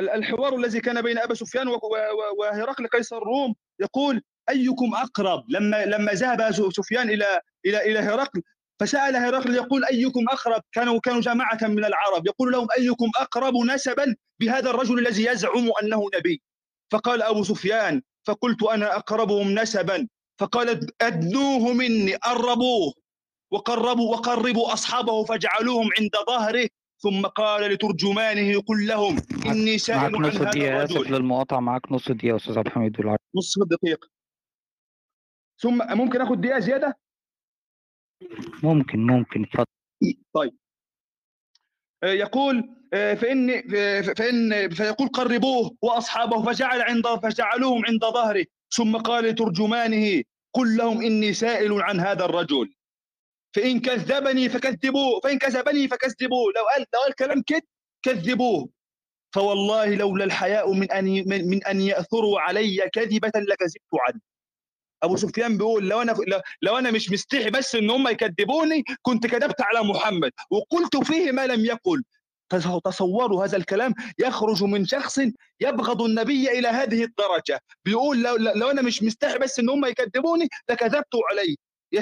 الحوار الذي كان بين أبي سفيان وهرقل قيصر الروم، يقول: أيكم أقرب؟ لما ذهب سفيان إلى هرقل، فسأل هرقل يقول: أيكم أقرب؟ كانوا جماعة من العرب، يقول لهم: أيكم أقرب نسبا بهذا الرجل الذي يزعم أنه نبي؟ فقال أبو سفيان: فقلت أنا أقربهم نسبا. فقال: أدنوه مني، قربوه وقربوا أصحابه فجعلوهم عند ظهره، ثم قال لترجمانه: قل لهم إني سائل معاك عن نص هذا دقيقة، آسف الرجل. للمقاطعة، معاك نص دقيقة يا أستاذ عبد الحميد بالعربي. نصف دقيقة. ثم ممكن آخذ دقيقة زيادة؟ ممكن اتفضل. طيب. يقول: فيقول: قربوه واصحابه فجعلوهم عند ظهره، ثم قال لترجمانه: قل لهم اني سائل عن هذا الرجل، فان كذبني فكذبوه، فان كذبني فكذبوه، لو قال كلام كذبوه. فوالله لولا الحياء من ان ياثروا علي كذبه لكذبت عنه. ابو سفيان بيقول: لو انا مش مستحي بس ان هم يكذبوني كنت كذبت على محمد وقلت فيه ما لم يقل. تصوروا هذا الكلام يخرج من شخص يبغض النبي الى هذه الدرجه، بيقول: لو انا مش مستحي بس ان هم يكذبوني لكذبت عليه.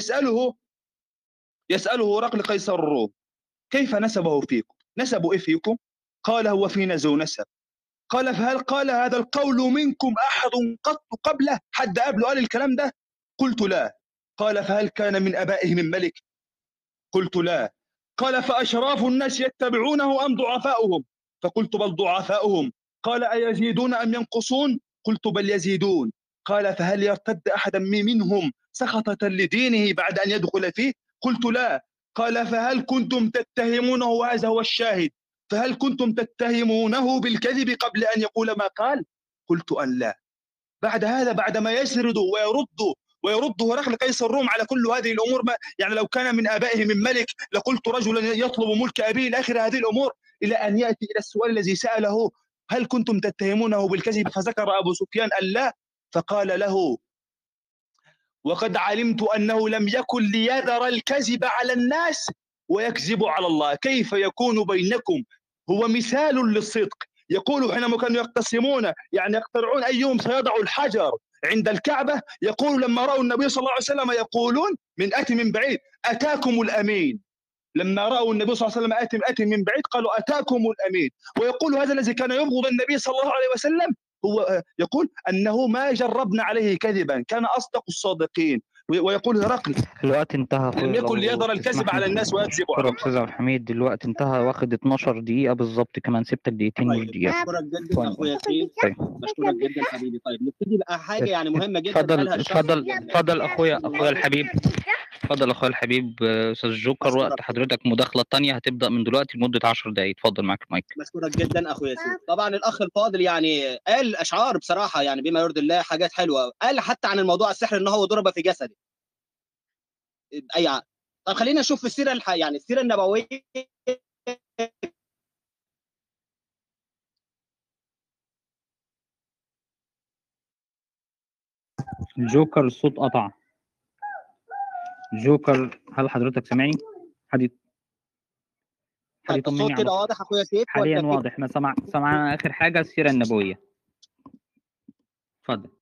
يساله هرقل قيصر الروم: كيف نسبه فيكم؟ نسبه ايه فيكم؟ قال: هو فينا ذو نسب. قال: فهل قال هذا القول منكم احد قط قبله؟ حد قبله قال الكلام ده؟ قلت: لا. قال: فهل كان من ابائه من ملك؟ قلت: لا. قال: فاشراف الناس يتبعونه ام ضعفاؤهم؟ فقلت: بل ضعفاؤهم. قال: ايزيدون ام ينقصون؟ قلت: بل يزيدون. قال: فهل يرتد احدا منهم سخطة لدينه بعد ان يدخل فيه؟ قلت: لا. قال: فهل كنتم تتهمونه؟ هذا هو الشاهد. فهل كنتم تتهمونه بالكذب قبل ان يقول ما قال؟ قلت: ان لا. بعد هذا، بعد ما يسرد ويرد هرقل قيصر الروم على كل هذه الامور، ما يعني لو كان من ابائه من ملك لقلت رجلا يطلب ملك ابيه الى اخر هذه الامور، الى ان ياتي الى السؤال الذي ساله: هل كنتم تتهمونه بالكذب؟ فذكر ابو سفيان ان لا. فقال له: وقد علمت انه لم يكن ليذر الكذب على الناس ويكذب على الله، كيف يكون بينكم؟ هو مثال للصدق. يقول حينما كانوا يقتسمون، يعني يقترعون ايهم سيضع الحجر عند الكعبه، يقول لما راوا النبي صلى الله عليه وسلم يقولون من بعيد: اتاكم الامين. لما راوا النبي صلى الله عليه وسلم اتي من بعيد قالوا: اتاكم الامين. ويقول هذا الذي كان يبغض النبي صلى الله عليه وسلم، هو يقول انه ما جربنا عليه كذبا، كان اصدق الصادقين. ويقول هرقل: الوقت انتهى لم اخويا، يكن لو ليظهر الكذب تسمح لي. على الناس ويكذب على اشكرك الله. استاذ عبد الحميد، الوقت انتهى، واخد 12 دقيقة بالظبط، كمان سبتك دقيقتين مش طيب دقيقة. بشكرك جدا اخويا سيف، طيب بشكرك جدا حبيبي. طيب نبتدي بقى حاجه يعني مهمه جدا اتفضل قالها الشخص اتفضل اتفضل اخويا الماضي. الحبيب. اتفضل اخويا الحبيب، استاذ جوكر، بشكرك وقت حضرتك مداخلة تانية هتبدأ من دلوقتي لمدة 10 دقايق. اتفضل معاك المايك. بشكرك جدا اخويا سيف. طبعا الاخ الفاضل يعني قال اشعار بصراحه يعني بما يرضي الله، حاجات حلوه، قال حتى عن الموضوع السحر ان هو ضرب في جسده اي عقل. طب خلينا نشوف في السيره يعني السيره النبويه. جوكر الصوت قطع. جوكر هل حضرتك سامعني؟ حد طيب يطمني الصوت على كده الصوت. واضح اخويا سيف حاليا ولا في؟ واضح، احنا سمعنا اخر حاجة السيرة النبوية. اتفضل.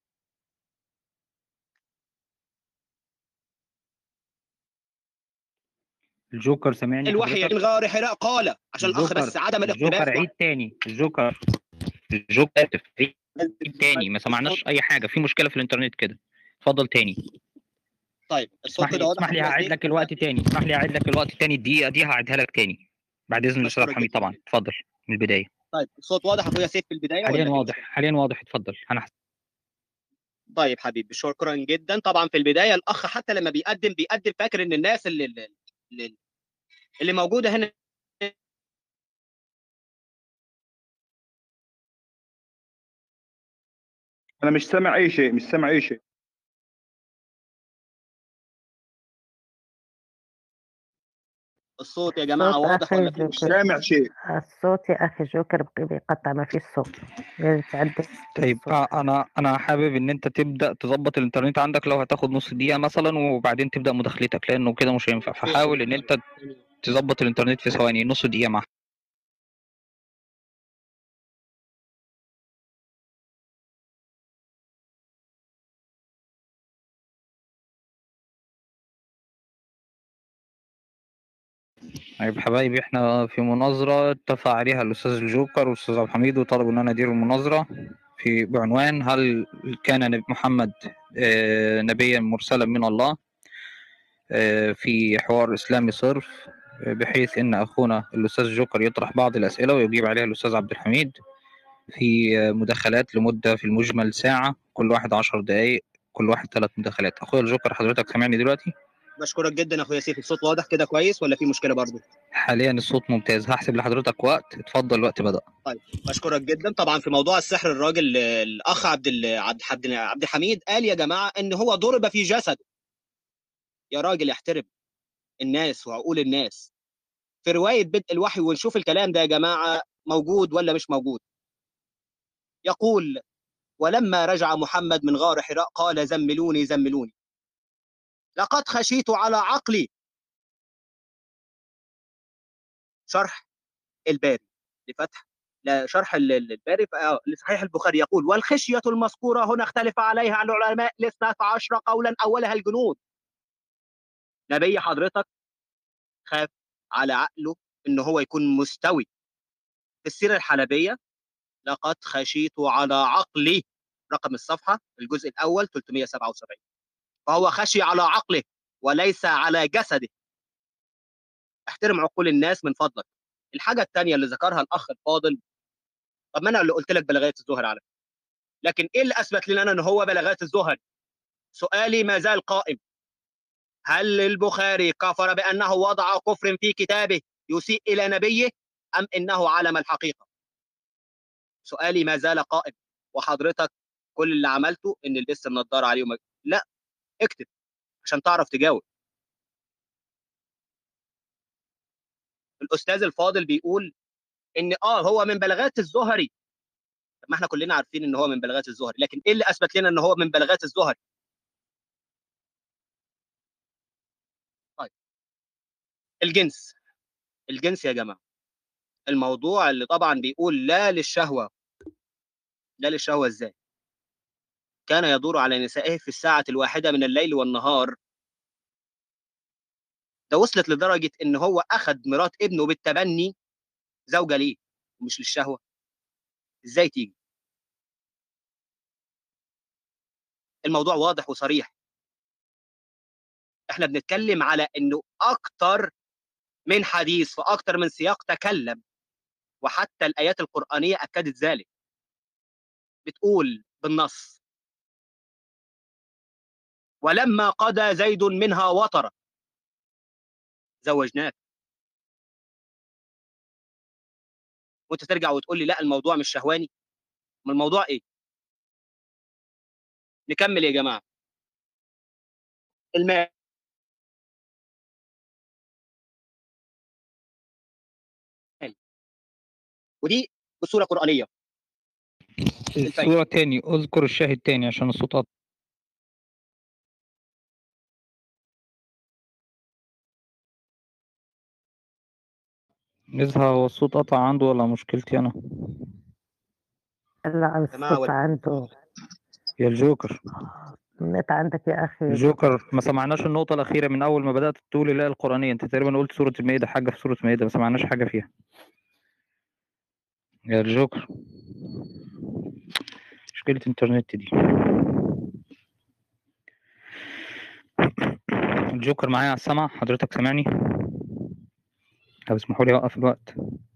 الجوكر سامعني الوحي حضرتك؟ من غار حراء قال عشان الاخ بس عدم الجوكر الاقتباس. عيد تاني. الجوكر عيد تاني، ما الصوت. سمعناش اي حاجة، في مشكلة في الانترنت كده. اتفضل تاني. طيب الصوت كده واضح اسمح لي اخويا هعيد سيف لك ولا؟ الوقت تاني، الدقيقة دي هعيدها لك تاني بعد اذن الاستاذ عبد بشكرك الحميد جدا. طبعا. اتفضل من البداية. طيب الصوت واضح اخويا سيف في البدايه ولا ايه؟ حاليا واضح، اتفضل. انا طيب حبيبي شكرا جدا. طبعا في البدايه الاخ حتى لما بيقدم فاكر ان الناس اللي, اللي موجوده هنا انا مش سامع اي شيء، مش سامع اي شيء. الصوت يا جماعه واضح ولا في مش مشكله؟ سامع شيء. الصوت يا أخي جوكر بيقطع، ما فيش صوت. لازم تعدل طيب الصوت. انا حابب ان انت تبدا تظبط الانترنت عندك، لو هتاخد نص دقيقه مثلا، وبعدين تبدا مداخلتك، لانه كده مش هينفع. فحاول ان انت تظبط الانترنت في ثواني، نص دقيقه مع طيب حبايبي، احنا في مناظرة اتفق عليها الأستاذ الجوكر والأستاذ عبد الحميد، وطلبوا إن أنا أدير المناظرة بعنوان: هل كان محمد نبيا مرسلا من الله؟ في حوار إسلامي صرف، بحيث إن أخونا الأستاذ الجوكر يطرح بعض الأسئلة ويجيب عليها الأستاذ عبد الحميد في مداخلات لمدة في المجمل ساعة، كل واحد 10 دقايق، كل واحد 3 مداخلات. أخويا الجوكر، حضرتك سامعني دلوقتي؟ بشكرك جدا اخويا سيف. الصوت واضح كده كويس ولا في مشكله برضو؟ حاليا الصوت ممتاز. هحسب لحضرتك وقت، اتفضل، الوقت بدأ. طيب بشكرك جدا. طبعا في موضوع السحر، الراجل الاخ عبد الحميد قال يا جماعه ان هو ضرب في جسده. يا راجل احترم الناس وعقول الناس. في روايه بدء الوحي، ونشوف الكلام ده يا جماعه موجود ولا مش موجود. يقول: ولما رجع محمد من غار حراء قال: زملوني زملوني، لقد خشيت على عقلي. شرح الباري لفتح شرح الباري لصحيح البخاري يقول: والخشية المذكورة هنا اختلف عليها عن العلماء الاثنى عشر قولا، أولها الجنود. نبي حضرتك خاف على عقله إن هو يكون مستوي. في السيرة الحلبية: لقد خشيت على عقلي، رقم الصفحة الجزء الأول 377. فهو خشي على عقله وليس على جسده. احترم عقول الناس من فضلك. الحاجة الثانية اللي ذكرها الأخ الفاضل، طب ما أنا اللي قلت لك بلاغات الزهر على فكرة. لكن إيه اللي أثبت لنا أن هو بلاغات الزهر؟ سؤالي ما زال قائم: هل البخاري كفر بأنه وضع كفر في كتابه يسيء إلى نبيه، أم إنه علم الحقيقة؟ سؤالي ما زال قائم. وحضرتك كل اللي عملته إن لبست النضارة عليه لا، اكتب عشان تعرف تجاوب. الأستاذ الفاضل بيقول إن هو من بلاغات الزهري. ما احنا كلنا عارفين إن هو من بلاغات الزهري، لكن إيه اللي أثبت لنا إن هو من بلاغات الزهري؟ طيب، الجنس. الجنس يا جماعة، الموضوع اللي طبعا بيقول لا للشهوة. لا للشهوة ازاي؟ كان يدور على نسائه في الساعة الواحدة من الليل والنهار. ده وصلت لدرجة ان هو اخذ مرات ابنه بالتبني زوجة ليه ومش للشهوة. ازاي تيجي؟ الموضوع واضح وصريح. احنا بنتكلم على انه اكتر من حديث في اكتر من سياق تكلم، وحتى الايات القرآنية اكدت ذلك. بتقول بالنص: ولما قضى زيد منها وطرا زوجناك. وانت ترجع وتقول لي لا الموضوع مش شهواني. ما الموضوع ايه؟ نكمل يا جماعه. المال، ودي بصوره قرانيه. الفايده الصورة تاني، اذكر الشاهد تاني عشان الصوت قطع. نزهة، هو الصوت قطع عنده ولا مشكلتي أنا؟ لا، يا جماعه الصوت عنده. يا الجوكر. النت عندك يا أخي. الجوكر، ما سمعناش النقطة الأخيرة من أول ما بدأت تقول الآية القرآنية. أنت تقريبا قلت سورة المائدة، حاجة في سورة المائدة، ما سمعناش حاجة فيها يا الجوكر. مشكلة الإنترنت دي. الجوكر معايا على السمع، حضرتك سامعني؟ طب اسمحوا لي أوقف الوقت.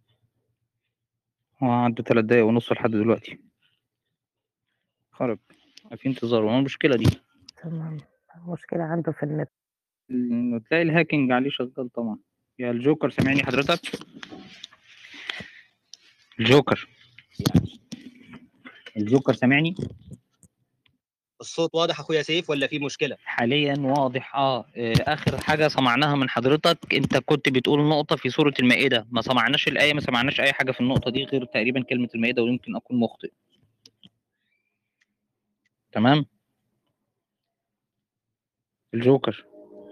هو عنده 3 دقايق ونص لحد دلوقتي. خرج. في انتظار، وما المشكلة دي؟ تمام. مشكلة عنده في النت. تلاقي الهاكينج عليه شغال طبعا. يا الجوكر سامعني حضرتك؟ الجوكر. الجوكر سامعني؟ الصوت واضح اخويا سيف ولا في مشكله؟ حاليا واضح. اخر حاجه سمعناها من حضرتك، انت كنت بتقول نقطه في سوره المائده، ما سمعناش الايه، ما سمعناش اي حاجه في النقطه دي غير تقريبا كلمه المائده، ويمكن اكون مخطئ. تمام. الجوكر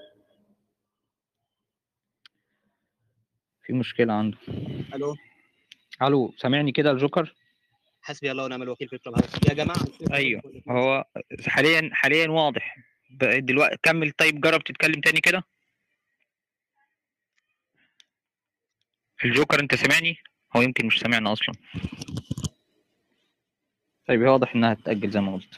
في مشكله عنده. الو، الو، سامعني كده الجوكر؟ حسبي الله ونعم الوكيل في كلوب هاوس يا جماعه. ايوه، هو حاليا واضح. دلوقتي كمل. طيب جرب تتكلم تاني كده. الجوكر انت سامعني؟ هو يمكن مش سامعنا اصلا. طيب هي واضح انها هتتأجل زي ما قلت.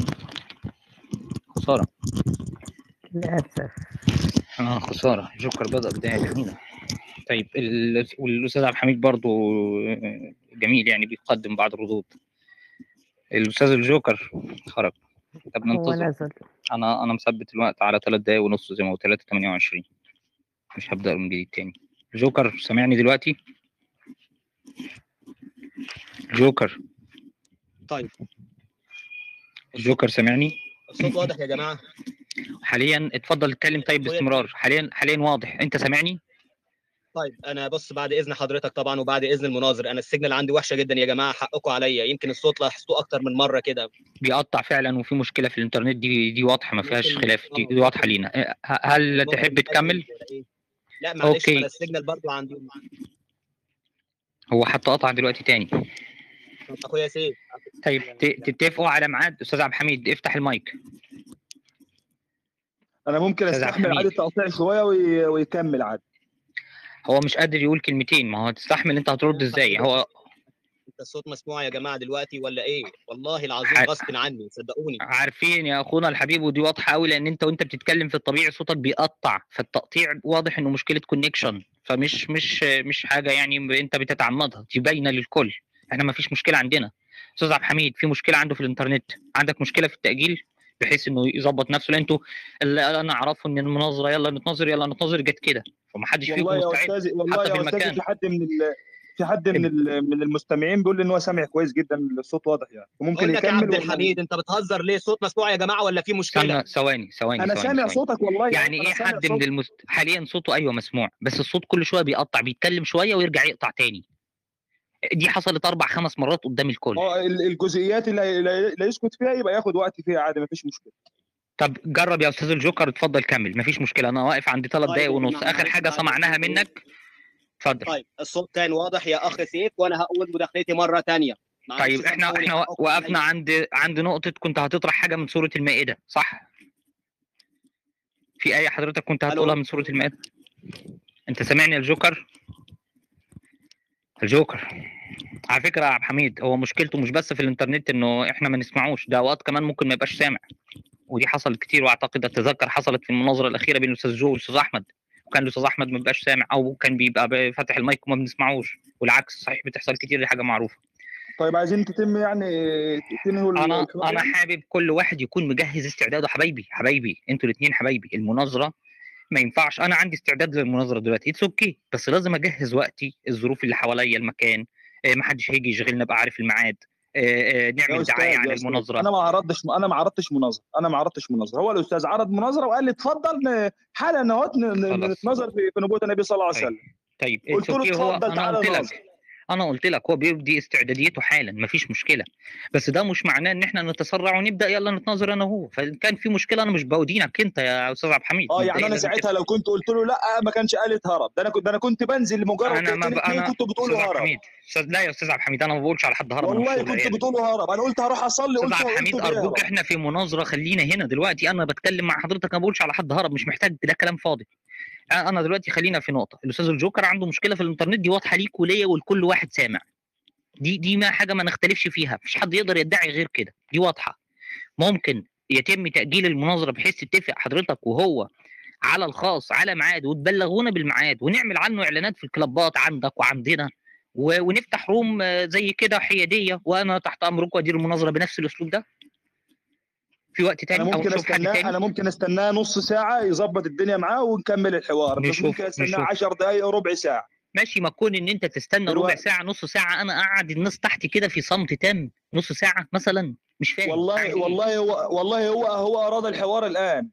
خسارة. للأسف. خسارة. الجوكر بدأ بداية جميلة. طيب والأستاذ عبد الحميد برضو جميل يعني بيقدم بعض الردود. الأستاذ الجوكر خرج. طب هو ننتظر. نزل. أنا مثبت الوقت على 3 دقايق ونص زي ما قلت، 3:28. مش هبدأ من جديد تاني. الجوكر سامعني دلوقتي؟ جوكر. طيب الجوكر سامعني؟ الصوت واضح يا جماعه؟ حاليا اتفضل اتكلم. طيب أخويا باستمرار. حاليا واضح. انت سامعني؟ طيب انا بص، بعد اذن حضرتك طبعا وبعد اذن المناظر، انا السيجنال عندي وحشه جدا يا جماعه، حقكم عليا. يمكن الصوت لاحظتوه اكتر من مره كده. بيقطع فعلا وفي مشكله في الانترنت، دي واضحه ما فيهاش ممكن خلاف، دي واضحه لينا. هل ممكن تحب نأجل تكمل؟ ولا إيه؟ لا معلش، ما اوكي. انا السيجنال برضو عندي. هو حتى قطع دلوقتي تاني. اخويا سيف. طيب تتفقوا على ميعاد. استاذ عبد الحميد افتح المايك. انا ممكن أستاذ عبد استحمل عادي الحميد. التقطيع شويه ويكمل عادي. هو مش قادر يقول كلمتين، ما هو هتستحمل. انت هترد ازاي؟ هو انت الصوت مسموع يا جماعه دلوقتي ولا ايه؟ والله العظيم غصب عني صدقوني. عارفين يا اخونا الحبيب، ودي واضحه قوي لان وانت بتتكلم في الطبيعي صوتك بيقطع، فالتقطيع واضح انه مشكله كونكشن، فمش مش حاجه يعني انت بتتعمدها، دي باينه للكل. احنا ما فيش مشكله عندنا. استاذ عبد الحميد في مشكله عنده في الانترنت، عندك مشكله في التاجيل بحيث انه يظبط نفسه، لان انتوا اللي انا اعرفه ان المناظره يلا نتناظر جت كده، فمحدش فيكم والله يا مستعد استاذي، والله حتى في يا استاذي، المكان. في حد من المستمعين بيقول لي ان هو سامع كويس جدا، الصوت واضح يعني، وممكن بقول لك يا يكمل عبد الحميد، انت بتهزر ليه؟ صوت مسموع يا جماعه ولا في مشكله؟ ثواني انا سامع صوتك والله. يعني انا ايه سامع حد صوتك. حاليا صوته ايوه مسموع، بس الصوت كل شويه بيقطع، بيتكلم شويه ويرجع يقطع تاني. دي حصلت 4-5 مرات قدام الكل. الجزئيات اللي يسكت فيها يبقى ياخد وقت فيها عادي، مفيش مشكله. طب جرب يا استاذ الجوكر، اتفضل كمل، مفيش مشكله، انا واقف عند 3 طيب دقايق يا ونص، جماعة، اخر معلش حاجه بعد سمعناها إذنكم. منك. اتفضل. طيب الصوت كان واضح يا اخ سيف، وانا هقول مداخلتي مره ثانيه. طيب احنا وقفنا عند نقطه كنت هتطرح حاجه من سوره المائده، صح؟ في ايه حضرتك كنت هتقولها من سوره المائده؟ انت سامعني يا الجوكر؟ الجوكر على فكره يا عبد الحميد، هو مشكلته مش بس في الانترنت انه احنا ما نسمعوش، ده اوقات كمان ممكن ما يبقاش سامع، ودي حصلت كتير، واعتقد اتذكر حصلت في المناظره الاخيره بين الاستاذ جو والاستاذ احمد، وكان الاستاذ احمد ما بيبقاش سامع او كان بيبقى فاتح المايك وما بنسمعوش، والعكس صحيح بتحصل كتير، دي حاجه معروفه. طيب عايزين تتم يعني تنهوا الحوار انا يعني؟ حابب كل واحد يكون مجهز استعداده. حبايبي انتوا الاثنين حبايبي، المناظره ما ينفعش انا عندي استعداد للمناظره دلوقتي اتس اوكي، بس لازم اجهز وقتي، الظروف اللي حواليا، المكان، ما حدش هيجي يشغلنا، ابقى عارف الميعاد، نعمل دعايه عن يا استاذ، المناظره. انا ما عرضتش مناظره، هو الاستاذ عرض مناظره وقال لي اتفضل حالا اهوت خلاص. نتناظر في نبوه النبي صلى الله عليه وسلم. طيب قلت له اتفضل تعالى نناظر. انا قلت لك هو بيبدي استعداديته حالا، مفيش مشكله، بس ده مش معناه ان احنا نتسرع ونبدا يلا نتناظر انا وهو، فان كان في مشكله انا مش بودينك انت يا استاذ عبد الحميد. يعني انا ساعتها لو كنت قلت له لا ما كانش قال هرب، ده انا كنت بنزل لمجرد دقيقتين كنت بتقولوا هرب. لا يا استاذ عبد الحميد، انا ما بقولش على حد هرب، والله كنت بتقولوا هرب، انا قلت هروح اصلي، قلت استاذ عبد الحميد ارجوك احنا في مناظره، خلينا هنا دلوقتي، انا بتكلم مع حضرتك، انا ما بقولش على حد هرب، مش محتاج ده كلام فاضي. انا دلوقتي خلينا في نقطه، الاستاذ الجوكر عنده مشكله في الانترنت، دي واضحه ليك وليا ولكل واحد سامع، دي ما حاجه ما نختلفش فيها، مفيش حد يقدر يدعي غير كده، دي واضحه. ممكن يتم تاجيل المناظره بحيث تتفق حضرتك وهو على الخاص على ميعاد وتبلغونا بالميعاد ونعمل عنه اعلانات في الكلابات عندك وعندنا، ونفتح روم زي كده حياديه، وانا تحت امركم ادير المناظره بنفس الاسلوب ده في وقت تاني، انا ممكن استناه نص ساعه يظبط الدنيا معاه ونكمل الحوار، بس ممكن استناه 10 دقائق او ربع ساعه. ماشي، ما كون ان انت تستنى ربع ساعه نص ساعه، انا اقعد الناس تحت كده في صمت تام نص ساعه مثلا، مش فاهم. والله هو اراد الحوار الان،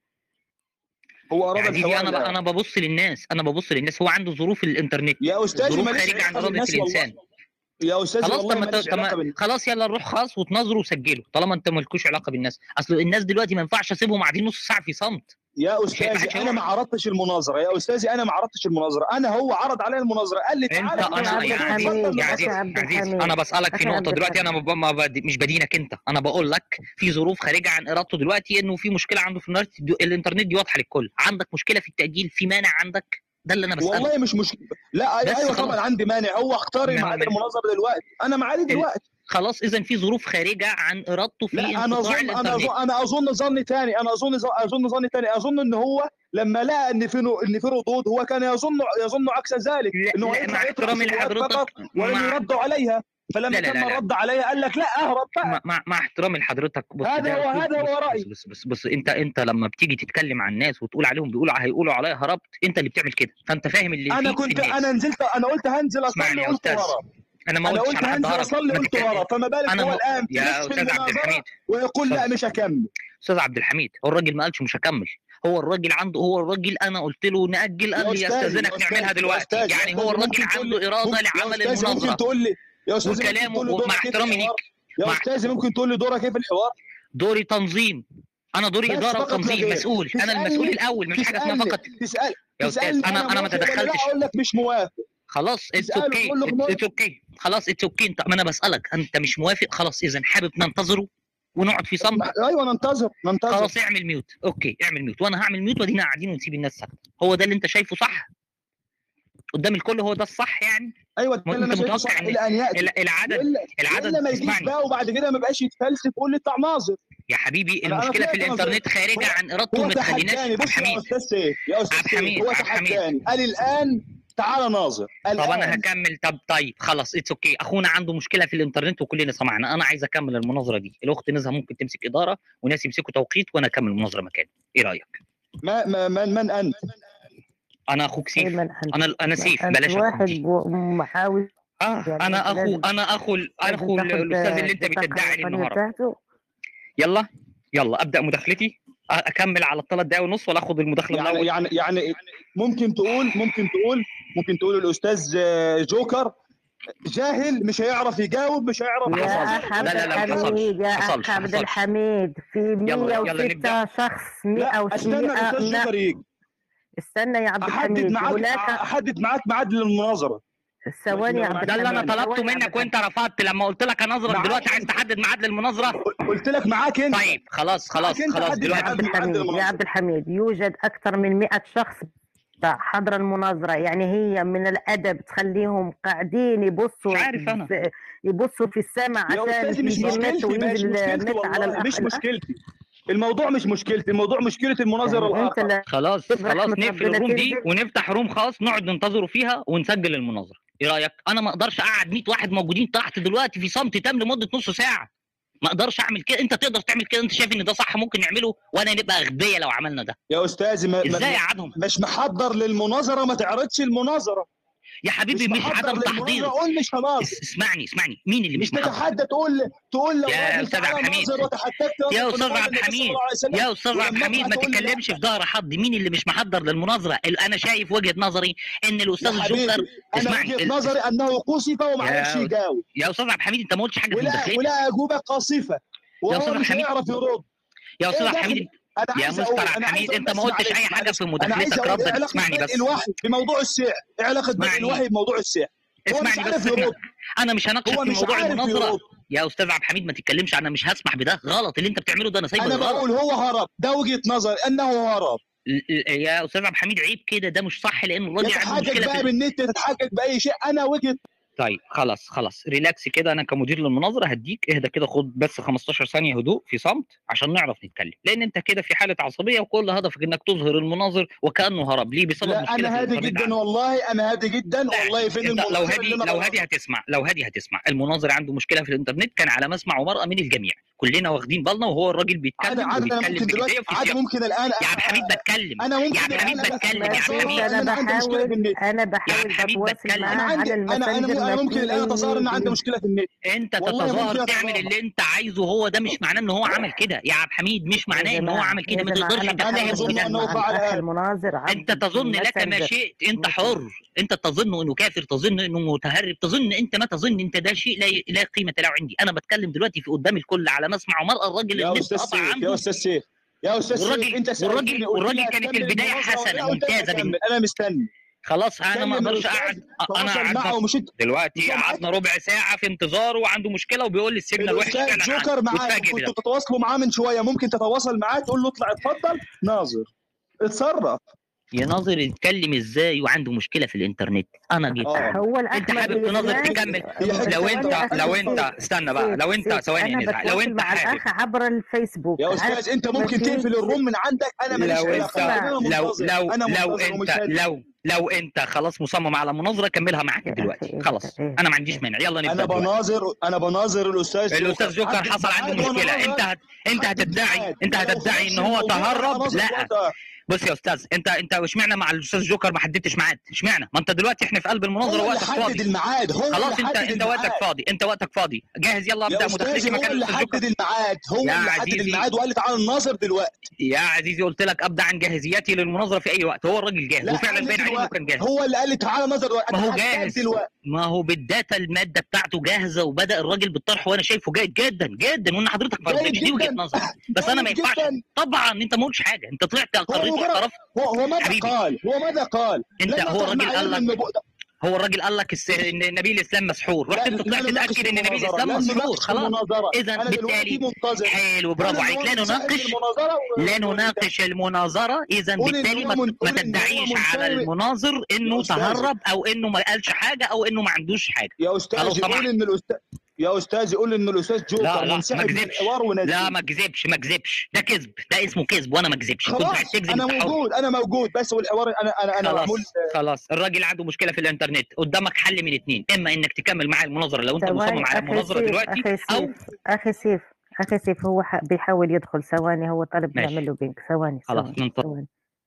هو اراد الحوار الان. انا ببص للناس، هو عنده ظروف الانترنت يا استاذي خارجه عن اراده الانسان. يا استاذي والله خلاص يلا نروح خاص وتناظروا وسجلوا، طالما انت مالكوش علاقه بالناس، اصل الناس دلوقتي ما ينفعش اسيبهم قاعدين نص ساعه في صمت. يا استاذي انا ما عرضتش المناظره، هو عرض علي المناظره، قال لي تعالى انا بسالك في نقطه دلوقتي، انا مش بدينك انت، انا بقول لك في ظروف خارجه عن ارادته دلوقتي، انه في مشكله عنده في الانترنت دي واضحه للكل، عندك مشكله في التاجيل، في مانع عندك؟ ده اللي انا بساله. والله مش لا ايوه طبعا عندي مانع، هو اختار ميعاد المناظره دلوقتي، انا معادي دلوقتي خلاص. اذا في ظروف خارجه عن ارادته في لا انا اظن ظن ثاني، اظن ان هو لما لقى ان في ردود هو كان يظن عكس ذلك، انه مع احترامي لحضرتك ولن يردوا عليها، فلما كان رد عليها قال لك لا اهرب بقى. مع احترامي لحضرتك، بص هذا هو رايي. بص انت لما بتيجي تتكلم عن الناس وتقول عليهم هيقولوا عليا هربت، انت اللي بتعمل كده، فانت فاهم اللي انا نزلت، انا قلت هنزل اصلي قلت هرب. انا قلت هنزل اصلي قلت هرب، فما بالك هو الان يا استاذ عبد الحميد ويقول لا مش هكمل. استاذ عبد الحميد، هو الراجل ما قالش مش هكمل، هو الراجل انا قلت له نأجل، قال لي استاذنك نعملها دلوقتي. يعني هو الراجل عنده اراده لعمل المناظره. ممكن تقول لي يا استاذ وكلامه مع احترامي ليك يا استاذ، ممكن تقول لي دورك ايه في الحوار؟ دوري تنظيم، انا دوري اداره وتنظيم، مسؤول، انا المسؤول الاول، مش حاجه اسمها فقط يا استاذ. انا ما تدخلتش، اقول لك مش موافق خلاص. اتس اوكي خلاص، اتس اوكي. ما انا بسالك انت مش موافق، خلاص. اذا حابب ننتظره ونقعد في صمت، ايوه ننتظر خلاص. اعمل ميوت، اوكي اعمل ميوت، وانا هعمل ميوت، وادينا قاعدين ونسيب الناس ساكته. هو ده اللي انت شايفه صح قدام الكل؟ هو ده الصح يعني؟ ايوه ده اللي انا شايفه صح. العدد لما يجيش بقى وبعد كده ما بقاش يتفلسف يقول لي اطلع ناظر. يا حبيبي المشكله في الانترنت خارجه عن ارادته، ما تخليناش. بص يا استاذ سيف، هو تحداني قال الان تعالى ناظر. طب انا هكمل. طيب خلاص اتس اوكي. اخونا عنده مشكله في الانترنت وكلنا سمعنا. انا عايز اكمل المناظره دي. الاخت نزهه ممكن تمسك اداره وناس يمسكوا توقيت وانا اكمل المناظره مكاني. ايه رايك؟ من انت؟ انا اخوك سيف. انا سيف، بلاش واحد محاول. انا اخو الاستاذ اللي انت بتدعي انه هرب. يلا ابدا مداخلتي. اكمل على 3 دقايق ونص ولا اخد المداخله يعني الاول؟ يعني ممكن تقول الاستاذ جوكر جاهل، مش هيعرف يجاوب، مش هيعرف. يا اخ عبد الحميد، في 106 شخص 106. استنى يا عبد الحميد، احدد معاك ميعاد للمناظره. ثواني يا عبد الحميد، ده اللي انا طلبته منك وانت رفضت لما قلت لك اناظرك دلوقتي. عايز تحدد ميعاد للمناظره؟ قلت لك معاك انت. طيب خلاص دلوقتي يا عبد الحميد، يوجد اكثر من 100 شخص حضر المناظره، يعني هي من الادب تخليهم قاعدين يبصوا، مش عارف انا يبصوا في السماء عشان يجي النت وينزل النت على الأخ. مش مشكلتي الموضوع، مش مشكلتي الموضوع، مشكله المناظره الاخر. خلاص نقفل الروم دي ونفتح روم خاص نقعد ننتظروا فيها ونسجل المناظره. ايه رايك؟ انا ما اقدرش اقعد 100 واحد موجودين تحت دلوقتي في صمت تام لمده نص ساعه. ما اقدرش اعمل كده. انت تقدر تعمل كده؟ انت شايف ان ده صح ممكن نعمله؟ وانا نبقى اغبياء لو عملنا ده يا استاذي. ازاي اقعدهم؟ مش محضر للمناظره، ما تعرضش المناظره يا حبيبي. مش عدم تحضير. قول مش خلاص. اسمعني مين اللي مش محضر؟ تتحدى تقول يا استاذ عبد الحميد، يا استاذ عبد الحميد ما تتكلمش في ظهر حد. مين اللي مش محضر للمناظره؟ انا شايف وجهه نظري ان الاستاذ الجوكر، اسمعني، وجهه نظري انه قصف وما عرفش يجاوب. يا استاذ عبد الحميد انت ما قلتش حاجه في المداخله ولا اجوبه قاصفه، وهو مش هيعرف يرد. يا استاذ عبد الحميد، يا مستر عبد الحميد، انت ما قلتش اي حاجه في مداخلتك. ردك اسمعني بس. الوحي بموضوع السحر، ايه علاقه الوحي بموضوع السحر؟ اسمعني بس. انا مش هناقشك في موضوع المناظره يا استاذ عبد الحميد، ما تتكلمش. انا مش هسمح بده. غلط اللي انت بتعمله ده. انا سايبه. انا بقول هو هرب، ده وجهه نظر انه هرب. يا استاذ عبد الحميد عيب كده، ده مش صح، لان الراجل عنده مشكله بقى بالنت، تتحقق باي شيء. انا وجهه. طيب خلاص ريلاكس كده. انا كمدير للمناظره هديك اهدى كده، خد بس 15 ثانيه هدوء في صمت عشان نعرف نتكلم، لان انت كده في حاله عصبيه وكل هدفك انك تظهر المناظر وكانه هرب. ليه؟ بسبب لا مشكله. انا هادي جدا والله، انا هادي جدا والله. فين لو هادي هتسمع. المناظر عنده مشكله في الانترنت، كان على مسمع ومرأة من الجميع، كلنا واخدين بالنا، وهو الراجل بيتكلم وبيتكلم بجديه. ممكن الان يا عبد الحميد بتكلم. يا عبد الحميد بتكلم. انا بحاول بتواصل معاه على الماسنجر. انا ممكن الان اتصور ان عنده مشكله في النت. انت تتظاهر تعمل اللي انت عايزه، هو ده مش معناه ان هو عمل كده يا عبد الحميد. مش معناه ان هو عمل كده. ما تقدرش تتهم. انت تظن لك ما شئت. انت حر. انت تظن انه كافر، تظن انه متهرب، تظن انت ما تظن. انت ده شيء لا قيمه له عندي. انا بتكلم دلوقتي في قدام الكل على مسمع ومرأة. الراجل النت قطع عنده. يا استاذ سيف انت والراجل كانت البدايه حسنه ممتازه. انا مستني. خلاص انا ما اقدرش اقعد. انا دلوقتي قعدنا ربع ساعه في انتظاره وعنده مشكله وبيقول لي السيجنال وحش. جوكر معاه، كنتوا تتواصلوا معاه من شويه، ممكن تتواصل معاه تقول له اطلع اتفضل ناظر، اتصرف. يناظر يتكلم ازاي وعنده مشكله في الانترنت؟ انا جيت هو الأخ انت حابب تناظر تكمل؟ لو انت استنى بقى، لو انت ثواني أنا نزعل، لو بتواصل انت مع حابب الأخ عبر الفيسبوك يا استاذ انت ممكن تقفل الروم من عندك، انا ماليش لو علاقه، انا منتظر، انا منتظر ومش هادي. لو انت خلاص مصمم على مناظره كملها معاك يا دلوقتي أخي خلاص، إيه انا ما عنديش مانع، يلا نبدا انا دلوقتي. بناظر الاستاذ جوكر حصل عنده مشكله، انت هتدعي ان هو تهرب؟ لا بص يا استاذ، انت اشمعنى مع الاستاذ جوكر ما حددتش ميعاد؟ اشمعنى؟ ما انت دلوقتي احنا في قلب المناظره ووقتك فاضي. الميعاد هو خلاص اللي انت وقتك فاضي، جاهز؟ يلا ابدا مداخلتي مكان الاستاذ جوكر. حدد الميعاد، هو اللي حدد الميعاد وقال لي تعالى نناظر دلوقتي. يا عزيزي قلت لك ابدا عن جاهزيتي للمناظره في اي وقت، هو الراجل جاهز وفعلا باين عليه انه كان جاهز. هو اللي قال لي تعالى نناظر دلوقتي. ما هو جاهز، ما هو بالداتا الماده بتاعته جاهزه، وبدا الراجل بالطرح وانا شايفه جيد جدا جدا، وان حضرتك ما رضيتش دي وجهه نظر، بس انا ما ينفعش طبعا. انت ما قلتش حاجه، انت طلعت اقريت واعترفت. هو ماذا قال؟ انت هو الراجل قال لك ان نبي الاسلام مسحور، رحت انت طلعت تتاكد ان نبي الاسلام مسحور. خلاص اذا بالتالي حلو، برافو عليك. لا نناقش المناظره، اذا بالتالي ما تدعيش على المناظر انه تهرب او انه ما قالش حاجه او انه ما عندوش حاجه. يا استاذ يقول ان الاستاذ جوكر منسحب من الحوار ونزل. لا ما كذبش، ده كذب، ده اسمه كذب وانا ما كذبش. كنت عايز تكذب، انا موجود بس، والحوار انا معمول. خلاص الراجل عنده مشكله في الانترنت، قدامك حل من الاثنين، اما انك تكمل معاه المناظره لو انت مصمم على المناظره دلوقتي، او اخي سيف هو بيحاول يدخل. ثواني، هو طالب نعمل له بينك. ثواني خلاص ثواني.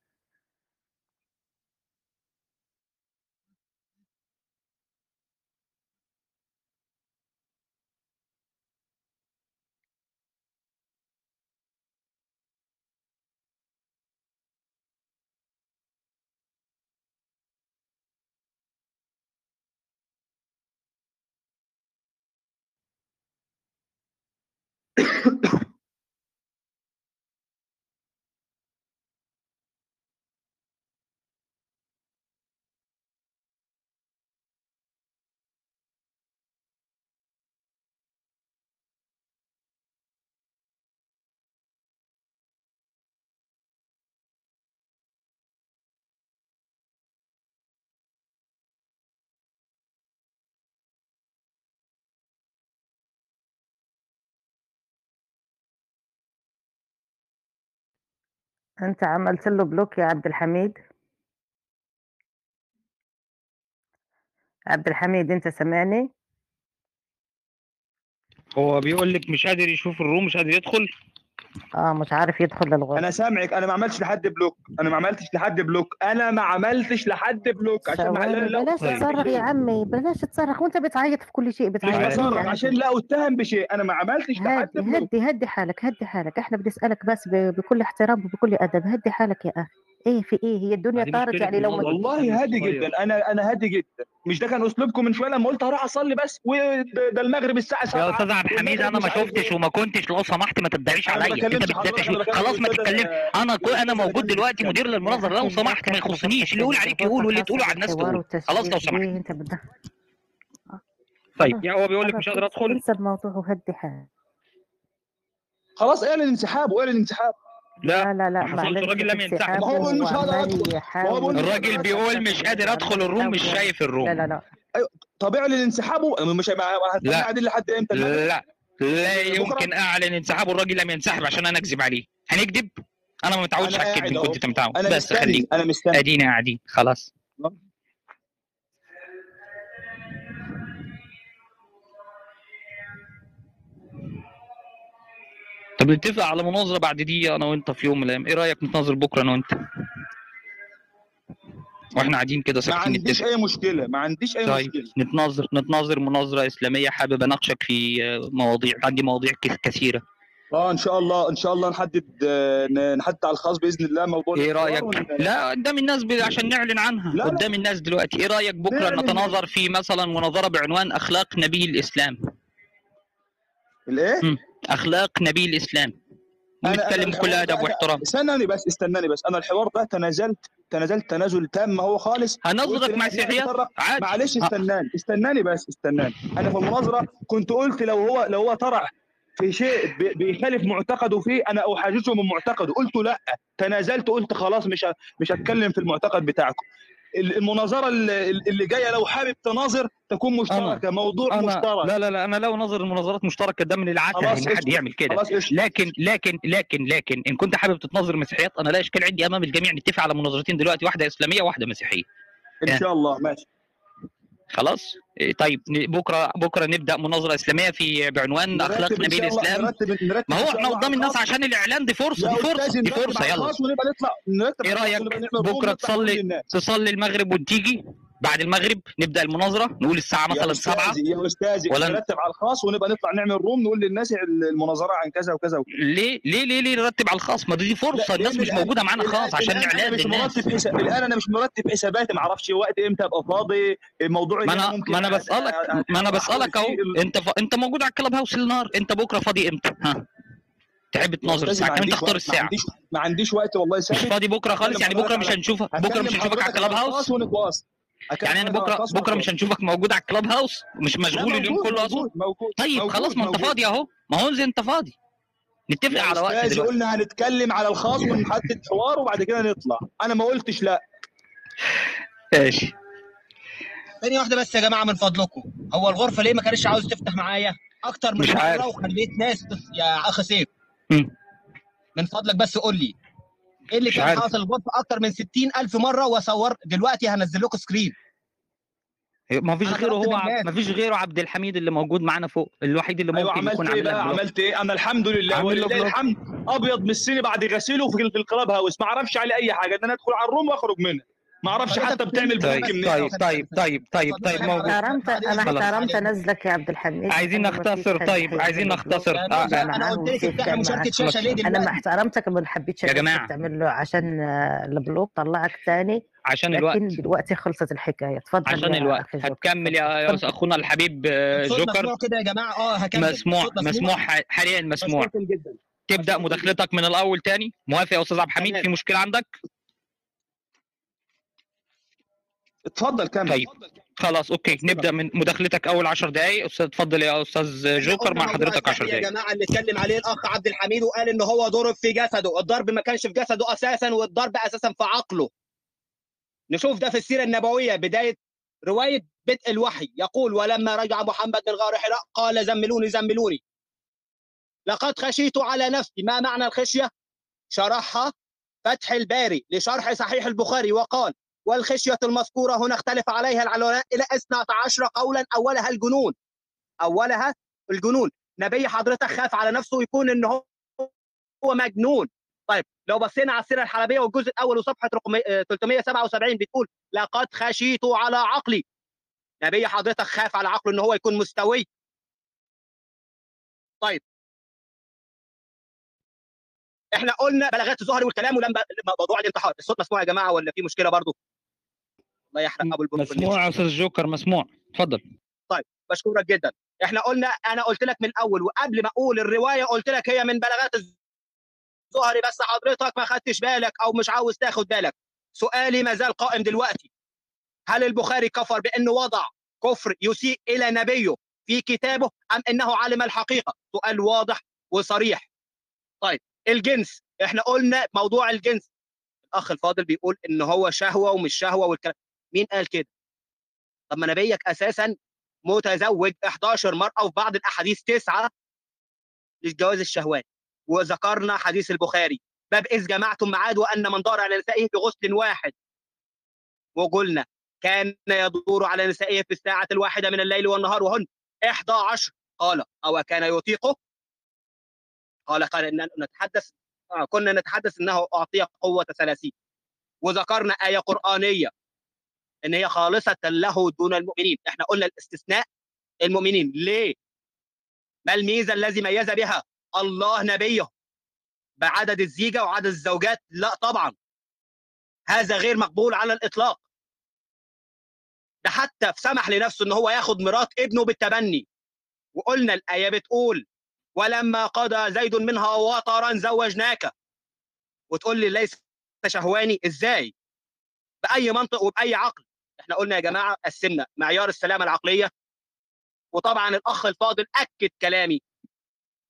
انت عملت له بلوك يا عبد الحميد؟ عبد الحميد انت سامعني؟ هو بيقول لك مش قادر يشوف الروم، مش قادر يدخل. مش عارف يدخل للغرفه. انا سامعك، انا ما عملتش لحد بلوك، عشان بلاش تصرخ يا عمي، بلاش تصرخ، وانت بتعيط في كل شيء. بتعيط عشان لا اتهم بشيء، انا ما عملتش لحد بلوك. هدي حالك، احنا بنسالك بس بكل احترام وبكل ادب. هدي حالك يا اخي. ايه في ايه؟ هي الدنيا طارت يعني لو والله هادي جدا، انا هادي جدا. مش ده كان اسلوبكم من شويه لما قلت هروح اصلي بس، وده المغرب الساعه 7 يا استاذ عبد الحميد؟ انا ما شفتش وما كنتش، لو سمحت ما تدعيش عليا. انت بتدافع، خلاص ما تتكلم. انا موجود دلوقتي مدير للمناظره، لو سمحت ما يخصنيش. اللي يقول عليك يقول، واللي تقوله على الناس تقول. خلاص لو سمحت. انت طيب يا هو بيقول لك مش قادر ادخل. انسى الموضوع وهدي حالك. خلاص اعلن انسحابه. لا ما حصلش، الراجل لم ينسحب. ما هو بيقول مش هقدر ادخل. الراجل بيقول مش قادر ادخل الروم، مش شايف الروم. لا ايوه طب اعلن انسحابه. مش هتقعدين لحد امتى؟ لا يمكن اعلن انسحابه. الراجل لم ينسحب عشان انا اكذب عليه. هنكذب؟ انا ما متعودش على الكذب. كنت انت متعود. بس خليك، انا مستني. ادينا قاعدين خلاص. طب نتفق على مناظره بعد دي انا وانت في يوم من الايام. ايه رايك نتناظر بكره انا وانت واحنا قاعدين كده ساكتين؟ ما عنديش اي مشكله. طيب نتناظر مناظره اسلاميه. حابب اناقشك في مواضيع، عندي مواضيع كثيره. ان شاء الله نحدد على الخاص باذن الله موضوع. ايه رايك؟ لا قدام الناس عشان نعلن عنها قدام الناس دلوقتي. ايه رايك بكره نتناظر في مثلا مناظره بعنوان اخلاق نبي الاسلام؟ الايه؟ اخلاق نبي الاسلام، نتكلم بكل ادب واحترام. استناني بس انا الحوار ده تنازلت تنازل تام هو خالص. هنظرك مع سيحيات عادي. معلش استناني انا في المناظره كنت قلت لو هو طرح في شيء بيخالف معتقده فيه، انا احاججه من معتقده. قلت لا، تنازلت، قلت خلاص مش هتكلم في المعتقد بتاعكم. المناظره اللي جايه لو حابب تناظر تكون مشتركه، موضوع مشترك. لا انا لو نظر المناظرات مشتركه ده من العته خلاص ان حد يعمل كده. خلاص لكن ان كنت حابب تتناظر مسيحيات انا لا اشكال عندي امام الجميع نتفق على مناظرتين دلوقتي، واحده اسلاميه وواحده مسيحيه. ان شاء الله ماشي. خلاص طيب بكره نبدا مناظره اسلاميه في بعنوان اخلاق نبي الاسلام. ما هو احنا قدام الناس عشان الاعلان، دي فرصه يلا. ونبقى نطلع ايه رايك بكره تصلي المغرب وتيجي بعد المغرب نبدا المناظره، نقول الساعه مثلا 7 يا استاذي نرتب على الخاص ونبقى نطلع نعمل روم نقول للناس المناظره عن كذا وكذا وكذا. ليه نرتب على الخاص؟ ما دي فرصه، الناس مش موجوده معانا خاص عشان اعلان للناس. الان انا مش مرتب حساباتي، ما اعرفش وقت امتى ابقى فاضي. موضوع ما انا بسالك اهو، انت موجود على الكلاب هاوس النهار، انت بكره فاضي امتى؟ ها تحب تناظر الساعه كام؟ تختار الساعه. ما عنديش وقت والله ثابت. مش فاضي بكره خالص يعني؟ بكره مش هنشوفك على الكلاب هاوس يعني؟ انا بكره مش هنشوفك موجود على الكلاب هاوس، مش مشغول اليوم كله اصلا؟ طيب خلاص، ما انت فاضي اهو، ما هو انزل انت فاضي، نتفق على وقت دلوقتي. قلنا هنتكلم على الخاص ونحدد حوار وبعد كده نطلع. انا ما قلتش لا. ماشي. ثانية واحدة بس يا جماعة من فضلكم، هو الغرفة ليه ما كانتش عاوز تفتح معايا أكتر من مرة وخليت ناس يا أخ سيف؟ من فضلك بس قول لي إيه اللي كان حاصل الغرفة أكتر من 60,000 مرة وصور. دلوقتي هنزل لكم سكرين. ما فيش غيره عبد الحميد اللي موجود معانا فوق، الوحيد اللي ممكن يكون عملت ايه؟ انا الحمد لله ولله الحمد ابيض من السن بعد غسيله في الكلاب هاوس، ما اعرفش عليه اي حاجه، ان انا ادخل على الروم واخرج منها، ما اعرفش حتى بتعمل بلوك منين. طيب موجود. انا احترمت نزلك يا عبد الحميد. عايزين نختصر. عايزين نختصر. انا قلت لك افتحي مشاركه شاشه ليه دلوقتي؟ انا ما احترمتك، ما حبيتش تعمل له عشان البلوك طلعك ثاني عشان الوقت. لكن دلوقتي خلصت الحكايه. اتفضل عشان الوقت. هتكمل يا اخونا الحبيب جوكر؟ مسموع كده يا جماعه. هكمل. مسموع حاليا مسموع. تبدا مداخلتك من الاول تاني. موافق يا استاذ عبد الحميد؟ في مشكله عندك؟ اتفضل كمل. طيب خلاص اوكي، نبدا من مداخلتك اول 10 دقائق. اتفضل يا استاذ جوكر، مع حضرتك 10 دقائق. يا جماعه اللي اتكلم عليه الاخ عبد الحميد وقال ان هو ضرب في جسده، الضرب ما كانش في جسده اساسا، والضرب اساسا في عقله. نشوف ده في السيره النبويه، بدايه روايه بدء الوحي، يقول: ولما رجع محمد من غار حراء قال: زملوني لقد خشيت على نفسي. ما معنى الخشيه؟ شرحها فتح الباري لشرح صحيح البخاري وقال: والخشية المذكورة هنا اختلف عليها العلماء إلى 12 قولا. أولها الجنون. نبي حضرتك خاف على نفسه يكون إن هو مجنون. طيب لو بصينا على السيرة الحلبية والجزء الأول وصفحة رقم 377 بتقول: لقد خشيت على عقلي. نبي حضرتك خاف على عقله إن هو يكون مستوي. طيب احنا قلنا بلاغات الزهري والكلام ولما موضوع الانتحار. الصوت مسموع يا جماعه ولا في مشكله برضه؟ الله يحرق ابو البنوك. مسموع يا استاذ جوكر، مسموع. اتفضل. طيب بشكرك جدا. احنا قلنا، انا قلت لك من الاول وقبل ما اقول الروايه قلت لك هي من بلاغات الزهري، بس حضرتك ما خدتش بالك او مش عاوز تاخد بالك. سؤالي ما زال قائم دلوقتي: هل البخاري كفر بانه وضع كفر يسيء الى نبيه في كتابه ام انه علم الحقيقه؟ سؤال واضح وصريح. طيب الجنس، احنا قلنا موضوع الجنس، الاخ الفاضل بيقول ان هو شهوه ومش شهوه والكلام. مين قال كده؟ طب ما نبيك اساسا متزوج 11 مرأة وفي بعض الأحاديث 9 لجواز الشهوات. وذكرنا حديث البخاري باب إذ جمعتم معاد وأن من دار على نسائه بغسل واحد، وقلنا كان يدور على نسائه في الساعة الواحدة من الليل والنهار وهن 11. قال: أو كان يطيقه؟ قال إن نتحدث كنا نتحدث أنه أعطي قوة 30. وذكرنا آية قرآنية ان هي خالصه له دون المؤمنين. احنا قلنا الاستثناء المؤمنين. ليه؟ ما الميزه الذي ميز بها الله نبيه بعدد الزيجه وعدد الزوجات؟ لا طبعا، هذا غير مقبول على الاطلاق. ده حتى سمح لنفسه ان هو ياخد مرات ابنه بالتبني. وقلنا الايه بتقول: ولما قضى زيد منها وطرا زوجناك. وتقول لي ليس شهواني؟ ازاي؟ باي منطق وباي عقل؟ احنا قلنا يا جماعه قسمنا معيار السلامه العقليه. وطبعا الاخ الفاضل اكد كلامي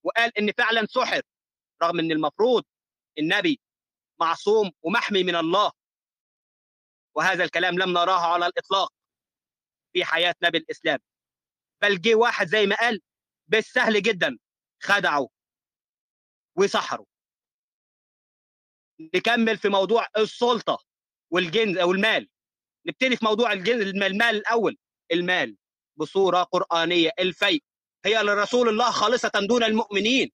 وقال ان فعلا سحر، رغم ان المفروض النبي معصوم ومحمي من الله، وهذا الكلام لم نراه على الاطلاق في حياه نبي الاسلام. بل جه واحد زي ما قال بالسهل جدا خدعه وسحره. نكمل في موضوع السلطه والجنس او المال. نبتدي في موضوع المال الاول. المال بصوره قرانيه، الفيء هي لرسول الله خالصه دون المؤمنين.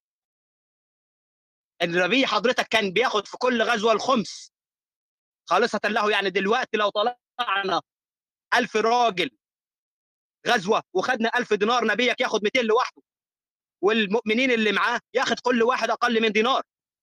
النبي حضرتك كان بياخد في كل غزوه الخمس خالصه له. يعني دلوقتي لو طلعنا 1000 راجل غزوه وخدنا 1000 دينار، نبيك ياخد 200 لوحده، والمؤمنين اللي معاه ياخد كل واحد اقل من دينار.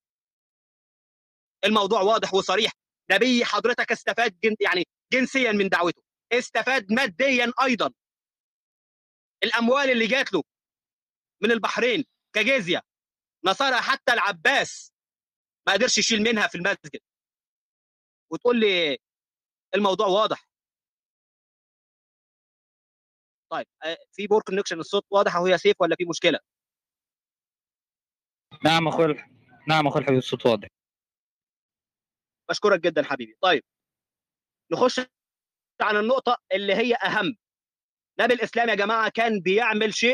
الموضوع واضح وصريح. نبي حضرتك استفاد يعني جنسيا من دعوته، استفاد ماديا ايضا. الاموال اللي جات له من البحرين كجزيه نصرها حتى العباس ما قدرش يشيل منها في المسجد، وتقول لي الموضوع واضح. طيب في بور كونكشن، الصوت واضح اهو يا سيف ولا في مشكله؟ نعم اخوي الحبيب، الصوت واضح. بشكرك جدا حبيبي. طيب نخش على النقطه اللي هي اهم. نبي الاسلام يا جماعه كان بيعمل شيء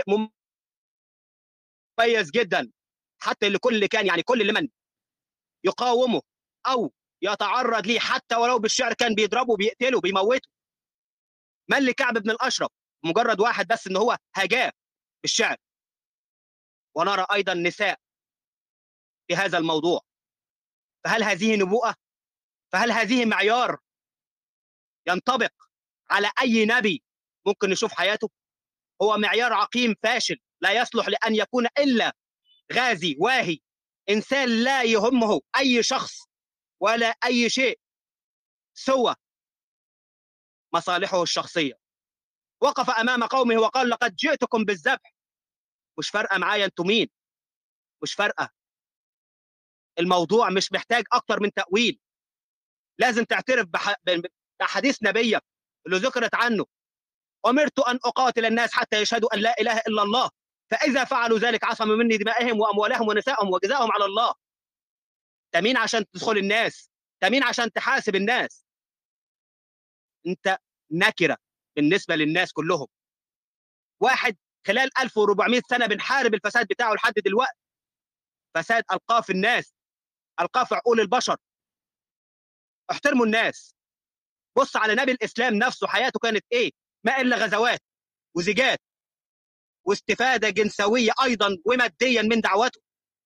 مميز جدا، حتى اللي كان يعني كل اللي من يقاومه او يتعرض ليه حتى ولو بالشعر كان بيضربه بيقتله بيموته. من لكعب بن الاشرف مجرد واحد بس ان هو هجاه بالشعر. ونرى ايضا نساء في هذا الموضوع. فهل هذه نبوءه؟ فهل هذه معيار ينطبق على اي نبي ممكن نشوف حياته؟ هو معيار عقيم فاشل لا يصلح لان يكون الا غازي واهي، انسان لا يهمه اي شخص ولا اي شيء سوى مصالحه الشخصيه. وقف امام قومه وقال لقد جئتكم بالذبح. مش فارقه معايا انتوا مين، مش فارقه. الموضوع مش محتاج اكتر من تاويل. لازم تعترف بحديث نبيك اللي ذكرت عنه: امرت ان اقاتل الناس حتى يشهدوا ان لا اله الا الله، فاذا فعلوا ذلك عصموا مني دمائهم واموالهم ونسائهم وجزاهم على الله. انت مين عشان تدخل الناس؟ انت مين عشان تحاسب الناس؟ انت نكره بالنسبه للناس كلهم. واحد خلال 1400 سنه بنحارب الفساد بتاعه لحد دلوقتي. فساد القاه في الناس، القاه في عقول البشر. احترموا الناس. بص على نبي الاسلام نفسه، حياته كانت ايه؟ ما الا غزوات وزيجات واستفاده جنسويه ايضا وماديا من دعوته.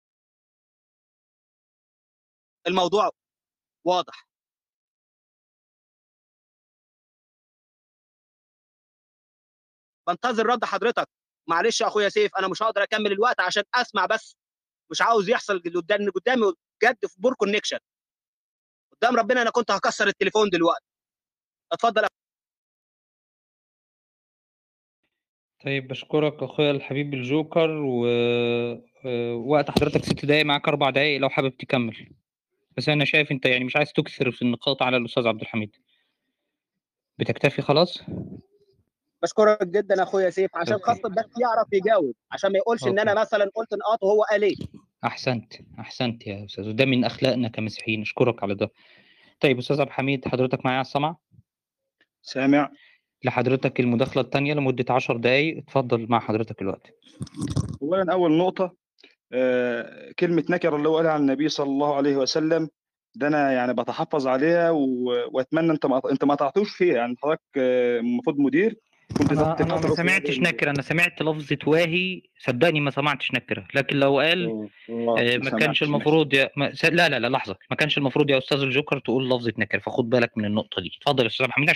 الموضوع واضح. بنتظر رد حضرتك. معلش يا اخويا سيف، انا مش هقدر اكمل الوقت عشان اسمع، بس مش عاوز يحصل قدامي بجد في بور كونكشن. قدام ربنا انا كنت هكسر التليفون دلوقتي. اتفضل. طيب بشكرك اخويا الحبيب الجوكر، ووقت حضرتك 6 دقايق، معاك 4 دقايق لو حابب تكمل. بس انا شايف انت يعني مش عايز تكثر في النقاط على الاستاذ عبد الحميد. بتكتفي خلاص؟ بشكرك جدا يا اخويا سيف، عشان خاطر بس يعرف يجاوب، عشان ما يقولش ان انا مثلا قلت نقاط وهو قال ايه. احسنت يا استاذ، وده من اخلاقنا كمسيحيين. اشكرك على ده. طيب استاذ عبد الحميد، حضرتك معايا على السمع؟ سامع. لحضرتك المداخله الثانيه لمده 10 دقائق، اتفضل مع حضرتك الوقت. اولا اول نقطه، كلمه نكره اللي هو قالها عن النبي صلى الله عليه وسلم، ده انا يعني بتحفظ عليها واتمنى انت ما تعطوش فيها. يعني حضرتك المفروض مدير، كنت انا ما سمعتش نكره، انا سمعت لفظه واهي، صدقني ما سمعتش نكره. لكن لو قال ما كانش المفروض لا لحظه، ما كانش المفروض يا استاذ الجوكر تقول لفظه نكره، فخد بالك من النقطه دي. اتفضل يا استاذ محمد.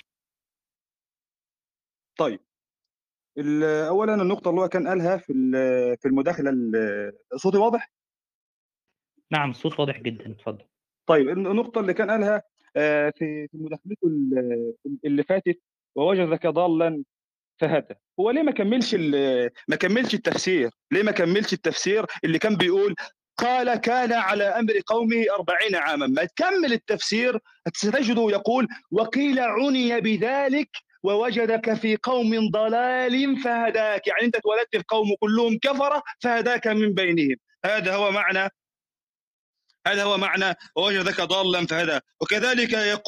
طيب اولا النقطه اللي هو كان قالها في المداخله، صوتي واضح؟ نعم الصوت واضح جدا، اتفضل. طيب النقطه اللي كان قالها في مداخلته اللي فاتت: ووجدك ضالا فهدى. هو ليه ما كملش التفسير؟ ليه ما كملش التفسير اللي كان بيقول قال كان على امر قومه 40 عاما؟ ما تكمل التفسير ستجده يقول: وقيل عني بذلك ووجدك في قوم ضلال فهداك، يعني أنت اتولدت في قوم كلهم كفرة فهداك من بينهم. هذا هو معنى ووجدك ضالا فهدى. وكذلك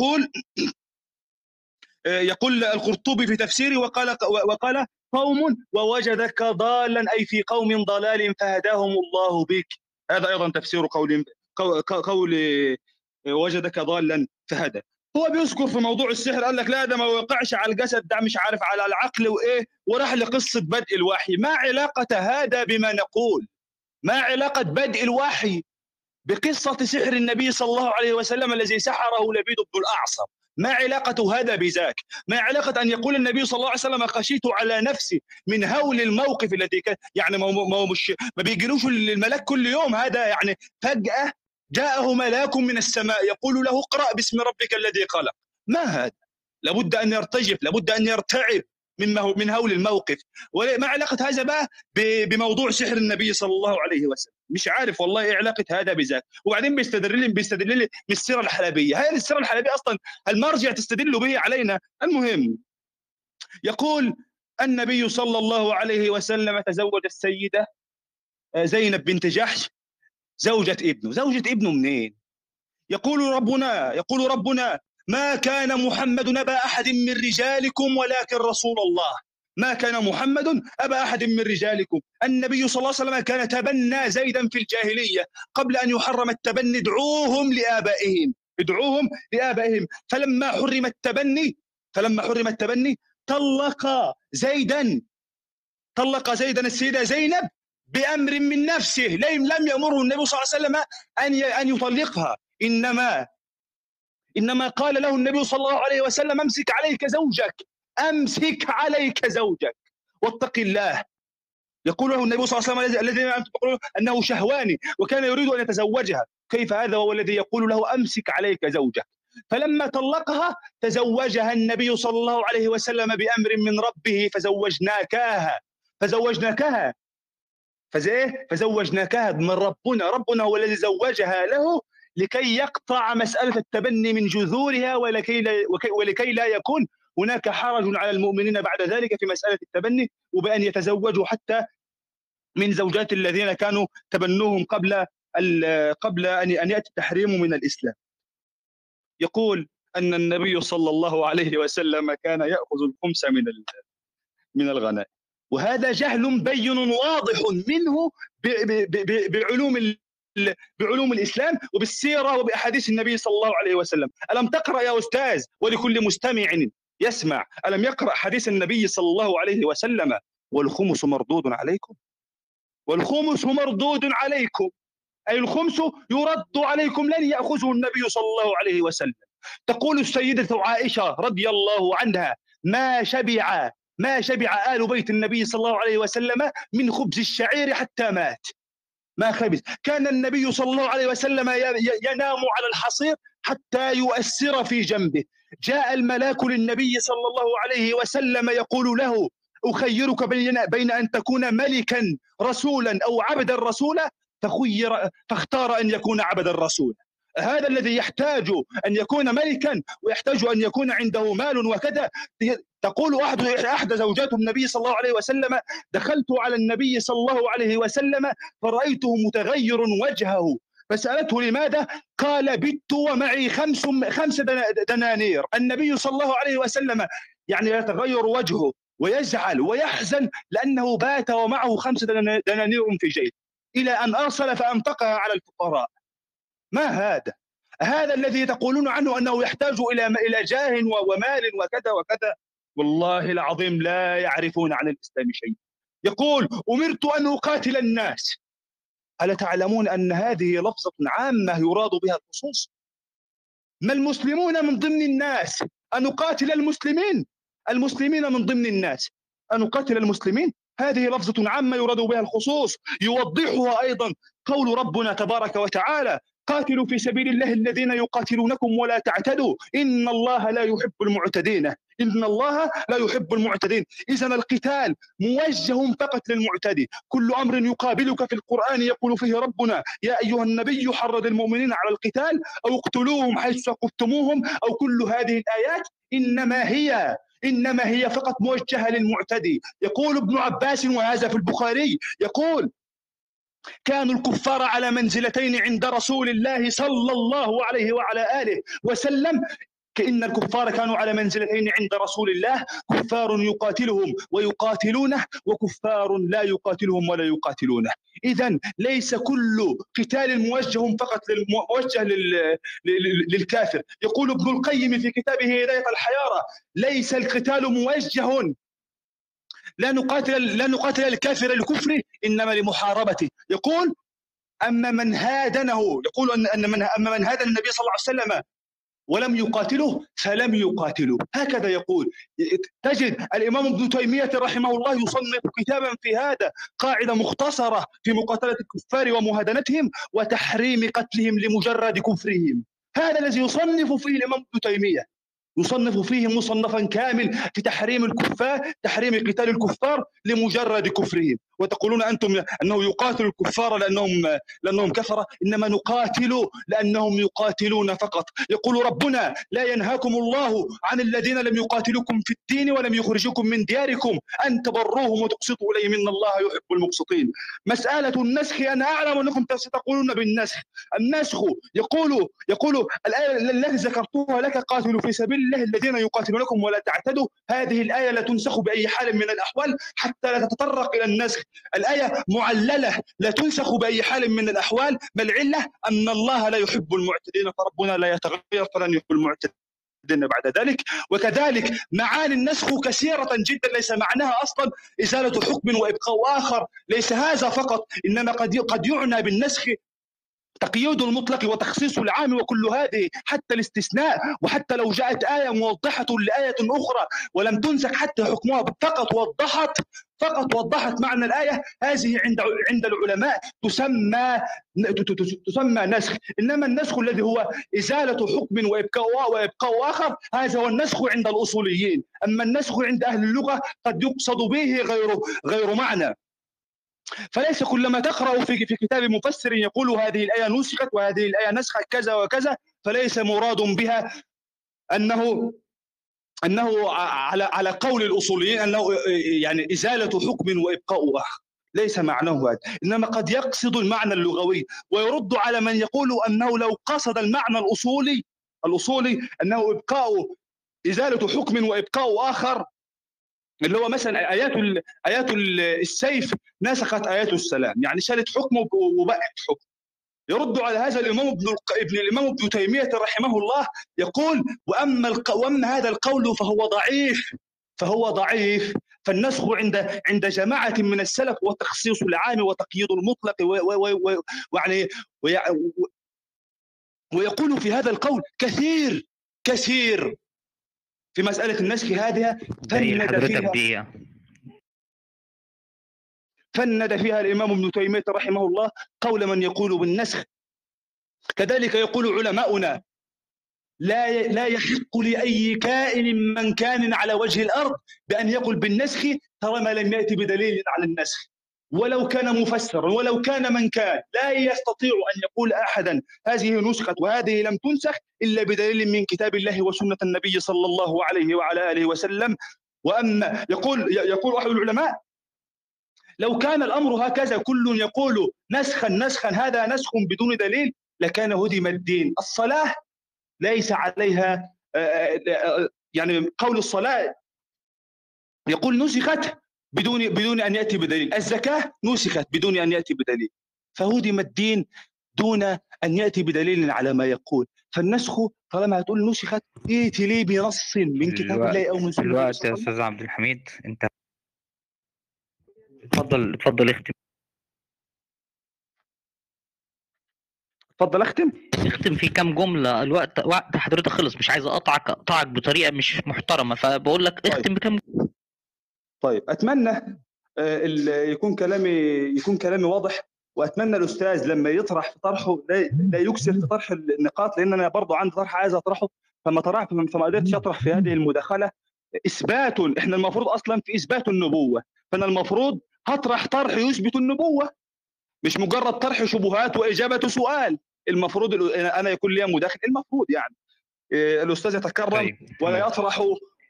يقول القرطبي في تفسيره وقال قوم ووجدك ضالا أي في قوم ضلال فهداهم الله بك. هذا أيضا تفسير قول وجدك ضالا فهدى. هو بيذكر في موضوع السحر قال لك لا ده ما وقعش على الجسد، ده مش عارف على العقل وإيه، وراح لقصة بدء الوحي. ما علاقة هذا بما نقول؟ ما علاقة بدء الوحي بقصة سحر النبي صلى الله عليه وسلم الذي سحره لبيد بن الأعصم؟ ما علاقة هذا بذاك؟ ما علاقة أن يقول النبي صلى الله عليه وسلم خشيت على نفسي من هول الموقف الذي كان، يعني ما بيجيلوش الملاك كل يوم، هذا يعني فجأة جاءه ملاك من السماء يقول له اقرأ باسم ربك الذي خلق. ما هذا؟ لابد أن يرتجف، لابد أن يرتعب من هول الموقف. وما علاقة هذا بقى بموضوع سحر النبي صلى الله عليه وسلم؟ مش عارف والله ايه علاقة هذا بذاك. وبعدين بيستدل لي من السيرة الحلبية. هاي السيرة الحلبية أصلا المرجع تستدل به علينا. المهم يقول النبي صلى الله عليه وسلم تزوج السيدة زينب بنت جحش زوجة ابنه منين؟ يقول ربنا ما كان محمد أبا أحد من رجالكم ولكن رسول الله. ما كان محمد أبا أحد من رجالكم. النبي صلى الله عليه وسلم كان تبنى زيدا في الجاهلية قبل أن يحرم التبني. ادعوهم لآبائهم. فلما حرم التبني طلق زيدا السيدة زينب بأمر من نفسه. لم يأمره النبي صلى الله عليه وسلم أن يطلقها، إنما قال له النبي صلى الله عليه وسلم أمسك عليك زوجك واتق الله. يقول له النبي صلى الله عليه وسلم الذي أنتم تقولون أنه شهواني وكان يريد أن يتزوجها، كيف هذا وهو الذي يقول له أمسك عليك زوجك؟ فلما طلقها تزوجها النبي صلى الله عليه وسلم بأمر من ربه فزوجناكها من ربنا هو الذي زوجها له لكي يقطع مسألة التبني من جذورها ولكي لا يكون هناك حرج على المؤمنين بعد ذلك في مسألة التبني، وبأن يتزوجوا حتى من زوجات الذين كانوا تبنوهم قبل أن يأتي التحريم من الإسلام. يقول أن النبي صلى الله عليه وسلم كان يأخذ الخمس من الغنائم، وهذا جهل بين واضح منه بعلوم الإسلام وبالسيرة وبأحاديث النبي صلى الله عليه وسلم. ألم تقرأ يا أستاذ ولكل مستمع يسمع، ألم يقرأ حديث النبي صلى الله عليه وسلم والخمس مردود عليكم؟ أي الخمس يرد عليكم، لن يأخذه النبي صلى الله عليه وسلم. تقول السيدة عائشة رضي الله عنها ما شبع آل بيت النبي صلى الله عليه وسلم من خبز الشعير حتى مات، ما خبز. كان النبي صلى الله عليه وسلم ينام على الحصير حتى يؤسر في جنبه. جاء الملاك للنبي صلى الله عليه وسلم يقول له أخيرك بين أن تكون ملكا رسولا أو عبدا رسولا، فاختار أن يكون عبدا رسولا. هذا الذي يحتاج أن يكون ملكا ويحتاج أن يكون عنده مال وكذا. تقول أحد زوجات النبي صلى الله عليه وسلم دخلت على النبي صلى الله عليه وسلم فرأيته متغير وجهه، فسألته لماذا؟ قال بت ومعي خمس دنانير. النبي صلى الله عليه وسلم يعني يتغير وجهه ويزعل ويحزن لأنه بات ومعه 5 دنانير في جيبه، إلى أن أرسل فأنفقها على الفقراء. ما هذا الذي تقولون عنه أنه يحتاج إلى جاه ومال وكذا وكذا؟ والله العظيم لا يعرفون عن الإسلام شيء. يقول أمرت أن أقاتل الناس. ألا تعلمون أن هذه لفظة عامة يراد بها الخصوص؟ ما المسلمون من ضمن الناس؟ أن نقاتل المسلمين من ضمن الناس، أن نقاتل المسلمين، هذه لفظة عامة يراد بها الخصوص. يوضحها أيضا قول ربنا تبارك وتعالى قاتلوا في سبيل الله الذين يقاتلونكم ولا تعتدوا إن الله لا يحب المعتدين. إذن القتال موجه فقط للمعتدي. كل أمر يقابلك في القرآن يقول فيه ربنا يا أيها النبي حرض المؤمنين على القتال أو اقتلوهم حيث ثقفتموهم أو كل هذه الآيات إنما هي فقط موجهة للمعتدي. يقول ابن عباس وهذا في البخاري، يقول كانوا الكفار على منزلتين عند رسول الله صلى الله عليه وعلى آله وسلم، كأن الكفار كانوا على منزلتين عند رسول الله، كفار يقاتلهم ويقاتلونه، وكفار لا يقاتلهم ولا يقاتلونه. إذن ليس كل قتال موجه فقط موجه للكافر. يقول ابن القيم في كتابه هداية الحيارى: ليس القتال موجه، لا نقاتل الكافر لكفره، إنما لمحاربته. يقول أما من هادنه، يقول أما من هادن النبي صلى الله عليه وسلم ولم يقاتله فلم يقاتله. هكذا يقول. تجد الإمام ابن تيمية رحمه الله يصنف كتابا في هذا، قاعدة مختصرة في مقاتلة الكفار ومهادنتهم وتحريم قتلهم لمجرد كفرهم. هذا الذي يصنف فيه الإمام ابن تيمية، يصنف فيه مصنفا كامل في تحريم الكفار، تحريم قتال الكفار لمجرد كفرهم. وتقولون أنتم أنه يقاتل الكفار لأنهم كفرة، إنما نقاتل لأنهم يقاتلون فقط. يقول ربنا: لا ينهاكم الله عن الذين لم يقاتلوكم في الدين ولم يخرجوكم من دياركم أن تبروهم وتقسطوا إليهم إن الله يحب المقسطين. مسألة النسخ، أنا أعلم أنكم ستقولون بالنسخ. النسخ يقول الآية التي ذكرتها لك: قاتلوا في سبيل الله الذين يقاتلونكم ولا تعتدوا. هذه الآية لا تنسخ بأي حال من الأحوال حتى لا تتطرق إلى النسخ. الآية معللة لا تنسخ بأي حال من الأحوال، ما العلة؟ أن الله لا يحب المعتدين، فربنا لا يتغير فلن يحب المعتدين بعد ذلك. وكذلك معاني النسخ كثيرة جدا، ليس معناها أصلا إزالة حكم وإبقاء آخر، ليس هذا فقط، إنما قد يعنى بالنسخ تقييد المطلق وتخصيص العام وكل هذه، حتى الاستثناء. وحتى لو جاءت آية موضحة لآية أخرى ولم تنسخ حتى حكمها فقط وضحت معنى الآية، هذه عند العلماء تسمى نسخ. إنما النسخ الذي هو إزالة حكم وإبقاء آخر، هذا هو النسخ عند الأصوليين. أما النسخ عند أهل اللغة قد يقصد به غير معنى. فليس كلما تقرأ في كتاب مفسر يقول هذه الآية نسخت وهذه الآية نسخت كذا وكذا، فليس مراد بها أنه على قول الأصوليين أنه يعني إزالة حكم وإبقاء آخر، ليس معناه هذا، إنما قد يقصد المعنى اللغوي. ويرد على من يقول أنه لو قصد المعنى الأصولي أنه إزالة حكم وإبقاء آخر، اللي هو مثلا آيات السيف نسخت آيات السلام، يعني شالت حكم وبقت حكم. يرد على هذا الإمام ابن تيمية رحمه الله، يقول: وأما هذا القول فهو ضعيف. فالنسخ عند جماعة من السلف وتخصيص العام وتقييد المطلق، ويقول في هذا القول كثير في مسألة النسخ هذه. فند فيها الإمام ابن تيمية رحمه الله قول من يقول بالنسخ. كذلك يقول علماؤنا: لا يحق لأي كائن من كان على وجه الأرض بأن يقول بالنسخ طالما لم يأتي بدليل على النسخ، ولو كان مفسرا ولو كان من كان. لا يستطيع أن يقول أحدا هذه نسخت وهذه لم تنسخ إلا بدليل من كتاب الله وسنة النبي صلى الله عليه وعلى آله وسلم. وأما يقول أحد العلماء: لو كان الأمر هكذا كل يقول نسخا هذا نسخ بدون دليل لكان هدم الدين. الصلاة ليس عليها يعني قول الصلاة يقول نسخت بدون أن يأتي بدليل، الزكاة نسخت بدون أن يأتي بدليل، فهدم الدين دون أن يأتي بدليل على ما يقول. فالنسخ طالما هتقول نسخت ائتي لي بنص من كتاب الله أو من سنة الله. الوقت يا أستاذ عبد الحميد، أنت اتفضل اختم في كام جملة. وقت حضرتك خلص، مش عايز اقطعك بطريقة مش محترمة، فبقول لك اختم بكام جملة. طيب أتمنى يكون كلامي واضح، وأتمنى الأستاذ لما يطرح في طرحه لا يكسر في طرح النقاط، لأن أنا برضو عندي طرح عايز أطرحه فما قدرتش أطرح في هذه المداخلة. إحنا المفروض أصلا في إثبات النبوة، فأنا المفروض هطرح طرح يثبت النبوة، مش مجرد طرح شبهات وإجابة سؤال. المفروض أنا يكون لي مداخل، المفروض يعني الأستاذ يتكرم ولا يطرح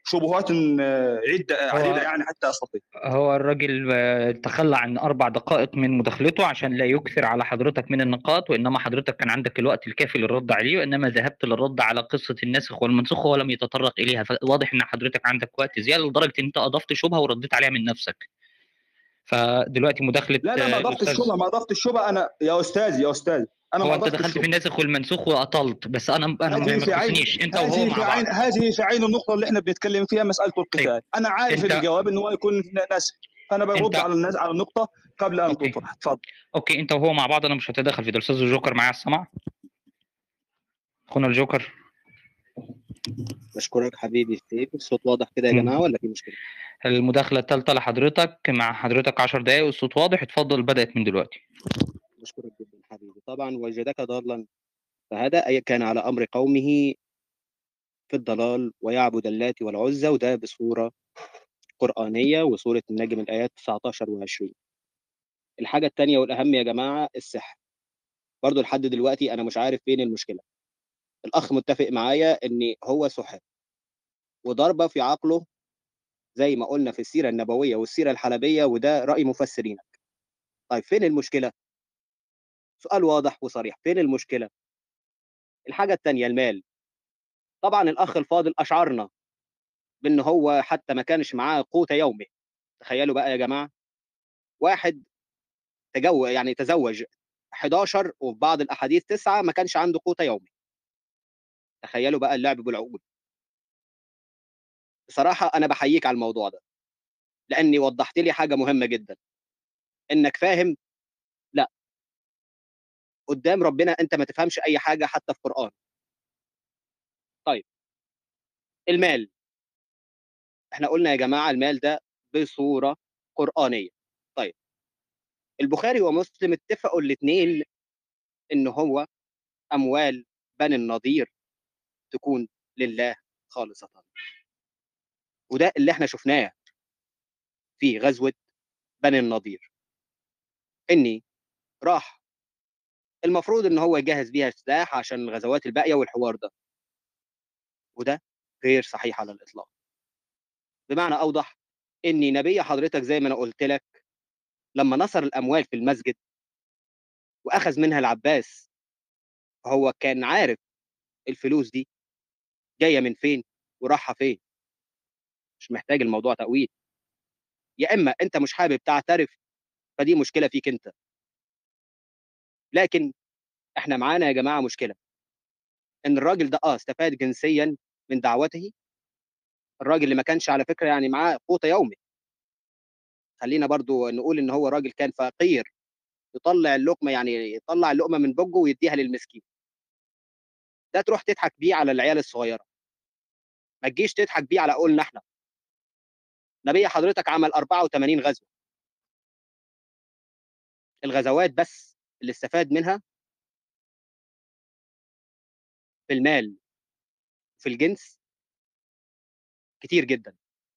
شبهات عده عديده يعني حتى استطيع. هو الراجل تخلى عن 4 دقائق من مداخلته عشان لا يكثر على حضرتك من النقاط، وإنما حضرتك كان عندك الوقت الكافي للرد عليه، وإنما ذهبت للرد على قصة الناسخ والمنسوخ ولم يتطرق إليها. فواضح إن حضرتك عندك وقت زيادة لدرجة إن أنت أضفت شبهة ورديت عليها من نفسك. فدلوقتي مداخلة لا ما ضفت الأستاذ. الشبهه، ما ضفت الشبهه انا يا استاذ انا هو ما أنت ضفت دخلت في الشبهه. الناسخ والمنسوخ وأطلت، بس أنا ما تخصنيش أنت وهو مع بعض. هذه في عين النقطه اللي احنا بنتكلم فيها، مساله القتال. طيب. انا عارف أنت الجواب ان هو يكون نسخ، فانا برد على الناس على النقطه قبل ان أوكي. تطرح. اتفضل. أوكي، أنت وهو مع بعض، أنا مش هتدخل في ده. الأستاذ الجوكر معايا على السمع. أخونا الجوكر. بشكرك حبيبي سيف. الصوت واضح كده يا جماعه ولا في مشكله؟ المداخلة الثالثة لحضرتك، مع حضرتك 10 دقايق والصوت واضح. اتفضل، بدأت من دلوقتي. بشكرك جدا حبيبي. طبعا وجدك ضالا فهذا أي كان على أمر قومه في الضلال ويعبد اللات والعزى، وده بصورة قرآنية وسورة النجم الآيات 19 و20. الحاجة الثانية والأهم يا جماعة السحر. برضو لحد دلوقتي أنا مش عارف فين المشكلة. الأخ متفق معايا إن هو سحر وضربة في عقله زي ما قلنا في السيرة النبوية والسيرة الحلبية، وده رأي مفسرينك. طيب فين المشكلة؟ سؤال واضح وصريح، فين المشكلة؟ الحاجة الثانية المال. طبعا الأخ الفاضل أشعرنا بأن هو حتى ما كانش معاه قوت يومه. تخيلوا بقى يا جماعة، واحد تزوج 11 وفي بعض الأحاديث 9 ما كانش عنده قوت يومه. تخيلوا بقى اللعب بالعقول. بصراحة أنا بحييك على الموضوع ده، لأني وضحت لي حاجة مهمة جدا، إنك فاهم. لا، قدام ربنا أنت ما تفهمش أي حاجة حتى في قرآن. طيب المال، احنا قلنا يا جماعة المال ده بصورة قرآنية. طيب البخاري ومسلم اتفقوا الاثنين إن هو أموال بني النضير تكون لله خالصة، وده اللي احنا شفناه في غزوة بني النضير. إني راح المفروض إن هو يجهز بيها سلاح عشان الغزوات الباقية والحوار ده، وده غير صحيح على الإطلاق. بمعنى أوضح، إن نبي حضرتك زي ما أنا قلت لك لما نصر الأموال في المسجد وأخذ منها العباس، هو كان عارف الفلوس دي جاية من فين وراحة فين. مش محتاج الموضوع تأويل. يا إما أنت مش حابب تعترف فدي مشكلة فيك أنت، لكن إحنا معانا يا جماعة مشكلة إن الراجل ده استفاد جنسيا من دعوته. الراجل اللي ما كانش على فكرة يعني معاه قوت يومي، خلينا برضو نقول إن هو راجل كان فقير، يطلع اللقمة يعني يطلع اللقمة من بوجه ويديها للمسكين. ده تروح تضحك بيه على العيال الصغيرة، ما تجيش تضحك بيه على قولنا احنا. نبي حضرتك عمل 84 غزوة. الغزوات بس اللي استفاد منها في المال في الجنس كتير جدا.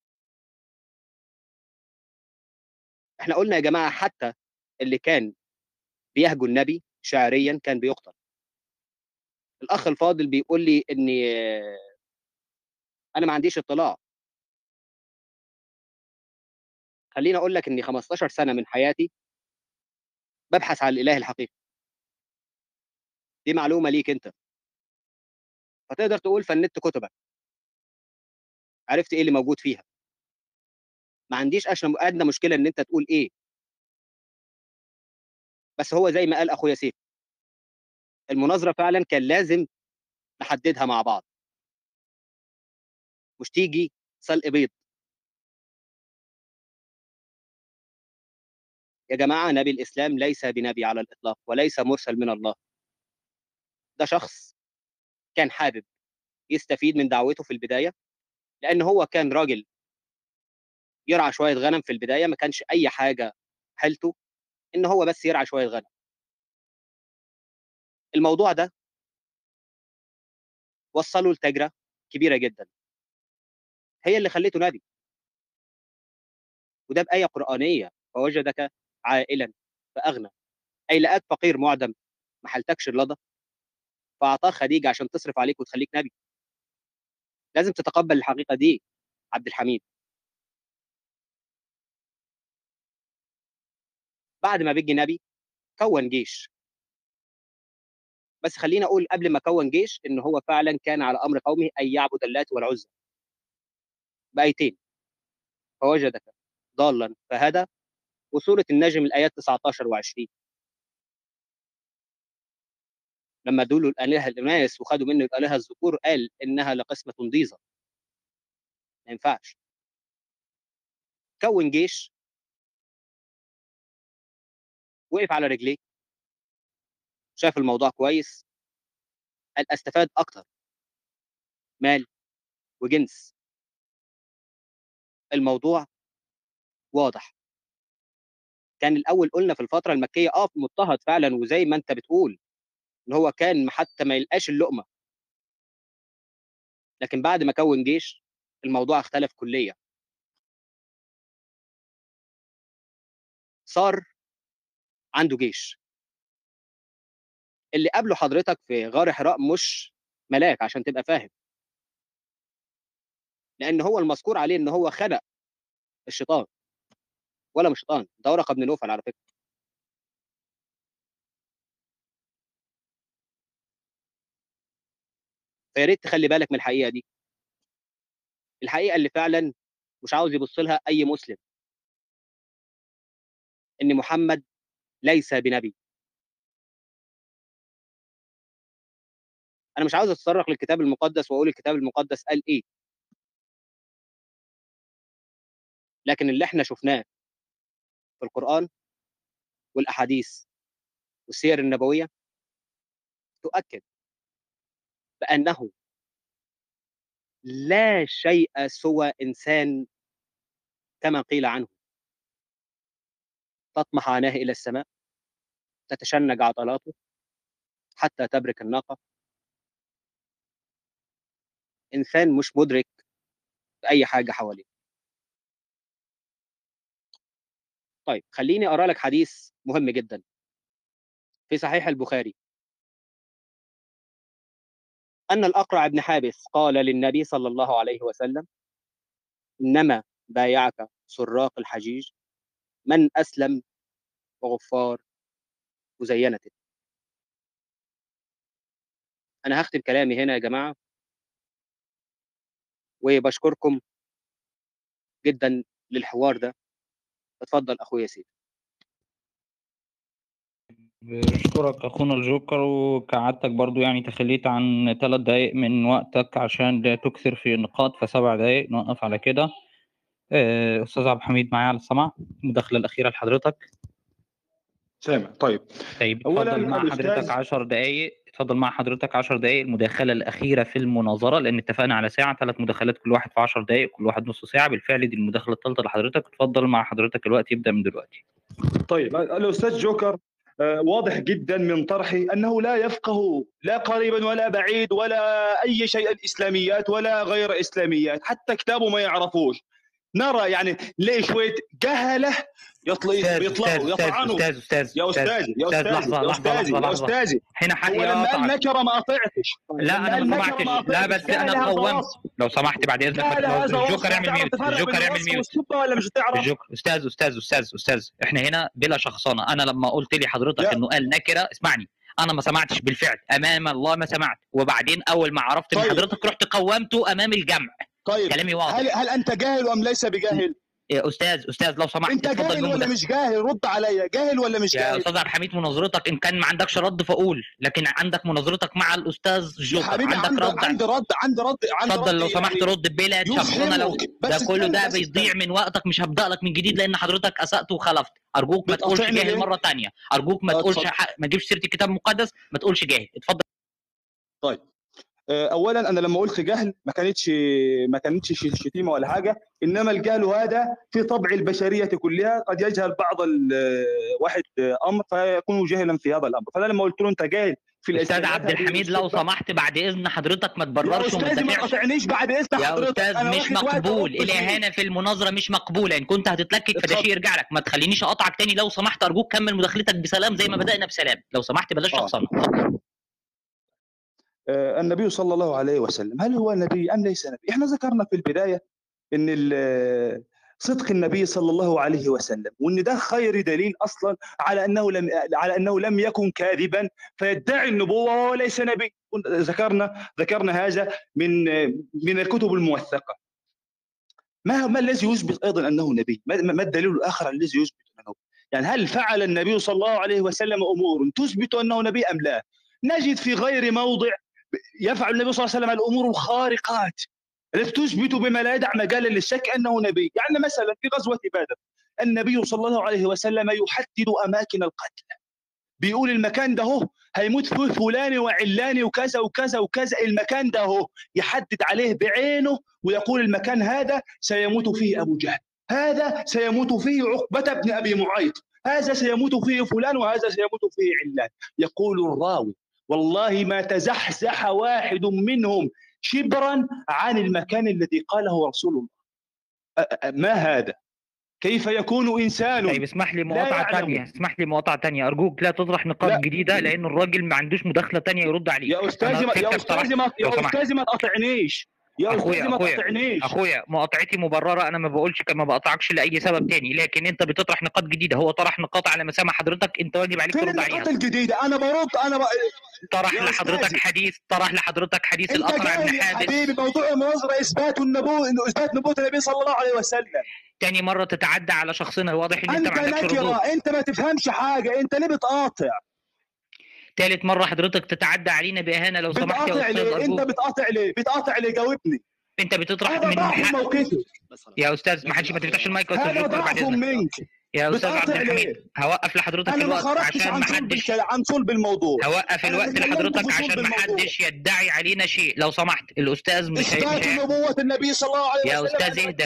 احنا قلنا يا جماعة حتى اللي كان بيهجو النبي شعريا كان بيقتل. الأخ الفاضل بيقول لي إني أنا ما عنديش اطلاع. خليني أقول لك إني 15 سنة من حياتي ببحث عن الإله الحقيقي. دي معلومة ليك أنت، فتقدر تقول فندت كتبك، عرفت إيه اللي موجود فيها. ما عنديش أدنى مشكلة إن أنت تقول إيه. بس هو زي ما قال أخويا سيف، المناظرة فعلا كان لازم نحددها مع بعض، مش تيجي سلق بيض. يا جماعة نبي الإسلام ليس بنبي على الإطلاق وليس مرسل من الله. ده شخص كان حابب يستفيد من دعوته في البداية، لأن هو كان راجل يرعى شوية غنم في البداية، ما كانش أي حاجة حيلته إن هو بس يرعى شوية غنم. الموضوع ده وصله لتجرة كبيرة جدا هي اللي خليته نبي، وده بآية قرآنية: فوجدك عائلا فأغنى، أي لقاك فقير معدم ما حالتكش اللضى فأعطاك خديجة عشان تصرف عليك وتخليك نبي. لازم تتقبل الحقيقة دي. عبد الحميد. بعد ما بيجي نبي كون جيش، بس خلينا اقول قبل ما كون جيش ان هو فعلا كان على امر قومه ان يعبد اللات والعزى بايتين: فوجدك ضالا فهدى، وسوره النجم الايات 19 و20. لما دول الالهه الاناث وخدوا منه الالهه الذكور قال انها لقسمه ضيزه، ما ينفعش. كون جيش، وقف على رجليه، شاف الموضوع كويس، قال استفاد اكتر مال وجنس. الموضوع واضح. كان الاول قلنا في الفتره المكيه مضطهد فعلا، وزي ما انت بتقول ان هو كان حتى ما يلقاش اللقمه، لكن بعد ما كون جيش الموضوع اختلف كليا. صار عنده جيش. اللي قابله حضرتك في غار حراء مش ملاك عشان تبقى فاهم، لان هو المذكور عليه ان هو خلق الشيطان. ولا مش شيطان، ده ورقه بن نوفل على فكره. فيا ريت تخلي بالك من الحقيقه دي، الحقيقه اللي فعلا مش عاوز يبص لها اي مسلم، ان محمد ليس بنبي. انا مش عاوز اتطرق للكتاب المقدس واقول الكتاب المقدس قال ايه، لكن اللي احنا شفناه في القرآن والاحاديث والسير النبويه تؤكد بانه لا شيء سوى انسان كما قيل عنه: تطمح عيناه الى السماء، تتشنج عضلاته حتى تبرك الناقه. انسان مش مدرك باي حاجه حواليه. طيب خليني اقرا لك حديث مهم جدا في صحيح البخاري، ان الاقرع بن حابس قال للنبي صلى الله عليه وسلم: انما بايعك سراق الحجيج من اسلم وغفار مزينه. انا هختم كلامي هنا يا جماعه، وبشكركم جدا للحوار ده. اتفضل اخويا سيدي. بشكرك اخونا الجوكر، وكعادتك برضو يعني تخليت عن 3 دقايق من وقتك عشان لا تكثر في النقاط، ف7 دقايق نوقف على كده. استاذ عبد الحميد معايا على السمع، المداخله الاخيره لحضرتك. سامع. طيب اولا اتفضل مع حضرتك 10 دقايق. اتفضل مع حضرتك 10 دقايق المداخله الاخيره في المناظره، لان اتفقنا على ساعه، 3 مداخلات كل واحد في 10 دقايق، كل واحد نص ساعه. بالفعل دي المداخله الثالثه لحضرتك. اتفضل مع حضرتك، الوقت يبدا من دلوقتي. طيب الاستاذ جوكر واضح جدا من طرحه انه لا يفقه لا قريبا ولا بعيد ولا اي شيء الاسلاميات ولا غير اسلاميات، حتى كتابه ما يعرفوش. نرى يعني ليه شويه جهله يطلعوا يطعنوا. استاذ يا استاذي يا استاذي لحظه يا استاذي هنا حد هو لما قال نكره ما قطعتش. لا انا ما سمعتش. لا بس انا قومت. لو سمحت بعد اذنك الجوكر يعمل ميوت. الجوكر يعمل ميوت ولا مش هتعرف؟ الجوكر استاذ احنا هنا بلا شخصنه. انا لما قلت لي حضرتك انه قال نكره، اسمعني، انا ما سمعتش بالفعل، امام الله ما سمعت. وبعدين اول ما عرفت ان حضرتك رحت قومته امام الجمع. طيب كلامي واضح. هل انت جاهل ام ليس بجاهل؟ يا استاذ لو سمحت انت جاهل ولا مش جاهل؟ رد عليا، جاهل ولا مش جاهل؟ يا استاذ عبد الحميد مناظرتك ان كان ما عندكش رد فقول، لكن عندك مناظرتك مع الاستاذ جوكر عندك رد. عندي رد اتفضل لو سمحت يعني رد بلا شخصنه. لو ده كله ده بيضيع من وقتك، مش هبدا لك من جديد لان حضرتك اسأت وخلفت. ارجوك ما تقولش جاهل مره ثانيه. ارجوك ما تقولش ما تجيبش سيره الكتاب المقدس، ما تقولش جاهل. اتفضل. طيب اولا انا لما قلت جهل ما كانتش شتيمه ولا حاجه، انما الجهل هذا في طبع البشريه كلها. قد يجهل بعض واحد امر فيكون جاهلا في هذا الامر. فانا لما قلت له انت جاهل في استاذ عبد الحميد لو سمحت بعد اذن حضرتك ما تبررش وما تدافعش. ما تقاطعنيش بعد اذن حضرتك. يا استاذ مش مقبول. الاهانه في المناظره مش مقبوله. ان كنت هتتلكك فده شيء يرجع لك. ما تخلينيش اقطعك تاني لو سمحت. ارجوك كمل مداخلتك بسلام زي ما بدانا بسلام. لو سمحت بلاش شخصنه. النبي صلى الله عليه وسلم هل هو نبي ام ليس نبي؟ احنا ذكرنا في البدايه ان صدق النبي صلى الله عليه وسلم، وان ده خير دليل اصلا على انه لم يكن كاذبا فيدعي النبوه وهو ليس نبي. ذكرنا هذا من الكتب الموثقه. ما الذي يثبت ايضا انه نبي؟ ما الدليل الاخر الذي يثبت انه؟ يعني هل فعل النبي صلى الله عليه وسلم امور تثبت انه نبي ام لا؟ نجد في غير موضع يفعل النبي صلى الله عليه وسلم الامور الخارقات التي تثبت بما لا يدع مجالا للشك انه نبي. يعني مثلا في غزوه بدر النبي صلى الله عليه وسلم يحدد اماكن القتل، بيقول المكان ده هو هيموت فيه فلان وعلان وكذا وكذا وكذا، المكان ده هو يحدد عليه بعينه ويقول المكان هذا سيموت فيه ابو جهل، هذا سيموت فيه عقبه بن ابي معيط، هذا سيموت فيه فلان وهذا سيموت فيه علان. يقول الراوي والله ما تزحزح واحد منهم شبرا عن المكان الذي قاله رسول الله. ما هذا؟ كيف يكون انسان؟ طيب اسمح لي مقاطعه ثانيه، ارجوك لا تطرح نقاط جديده، لان الراجل ما عندوش مداخله ثانيه يرد عليك. يا استاذي ما تقاطعنيش يا استاذي، ما تقاطعنيش. اخويا مقاطعتي مبرره، انا ما بقولش ما بقاطعكش لاي سبب تاني، لكن انت بتطرح نقاط جديده، هو طرح نقاط على مسامع حضرتك، انت واجب عليك ترد عليها. النقاط الجديده انا برد، طرح لحضرتك حديث الاقرع بن حابس. حبيبي موضوع المناظره اثبات نبوه النبي صلى الله عليه وسلم. تاني مره تتعدى على شخصنا، واضح ان انت ما عندكش ردود. انت ما تفهمش حاجه، انت ليه بتقاطع؟ ثالث مره حضرتك تتعدى علينا باهانه، لو سمحت يا استاذ ارجوك. انت بتقاطع ليه؟ جاوبني. انت بتطرح من موقفي يا استاذ، ما تفتحش المايك يا استاذ هذا ضعف منك يا استاذ عبد الحميد. هوقف لحضرتك الوقت عشان ما حدش عن صلب الموضوع. هوقف الوقت لحضرتك عشان ما حدش يدعي علينا شيء، لو سمحت. الاستاذ مش اثبات نبوه النبي صلى الله عليه وسلم. يا استاذ اهدى،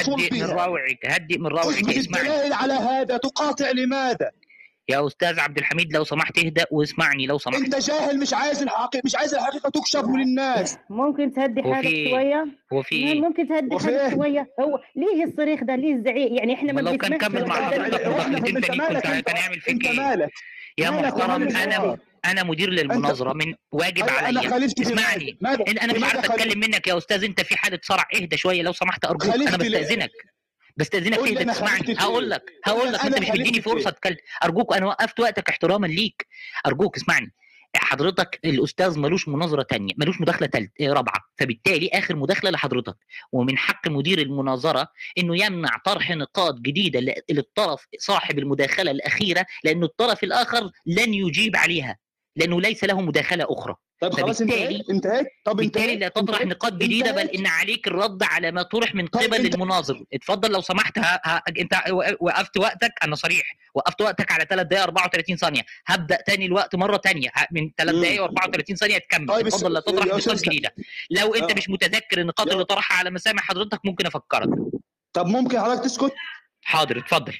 هدي من روعك اسمعني. الدلائل على هذا تقاطع لماذا؟ يا استاذ عبد الحميد لو سمحت اهدأ واسمعني لو سمحت. انت جاهل، مش عايز الحقيقه تكشف للناس. ممكن تهدي حالك شويه؟ ممكن تهدي حالك شويه؟ هو ليه الصريخ ده؟ ليه الزعيق؟ يعني احنا ما لو كان كمل مع حضرتك مداخلتين تاني كان هيعمل فيك ايه؟ مالك يا محترم، انا مدير للمناظره، من واجب عليا. اسمعني، انا مش عارف اتكلم منك يا استاذ، انت في حاله صرع، اهدى شويه لو سمحت ارجوك. انا بستأذنك تهدى تسمعني. هقول لك انت مش مديني فرصه اتكلم. ارجوك، انا وقفت وقتك احتراما ليك، ارجوك اسمعني. حضرتك الاستاذ ملوش مناظره ثانيه، ملوش مداخله رابعه، فبالتالي اخر مداخله لحضرتك، ومن حق مدير المناظره انه يمنع طرح نقاط جديده للطرف صاحب المداخله الاخيره، لانه الطرف الاخر لن يجيب عليها لانه ليس له مداخله اخرى. طب خلاص انتهيت. بالتالي لا تطرح نقاط جديده، بل ان عليك الرد على ما طرح من قبل المناظر. اتفضل لو سمحت. انت وقفت وقتك، انا صريح، وقفت وقتك على 3 دقائق 34 ثانيه. هبدا تاني الوقت مره ثانيه من 3 دقائق و34 ثانيه تكمل. طيب اتفضل لا تطرح نقاط جديده. لو انت مش متذكر النقاط اللي طرحها على مسامع حضرتك ممكن افكرك. طب ممكن حضرتك تسكت؟ حاضر اتفضل.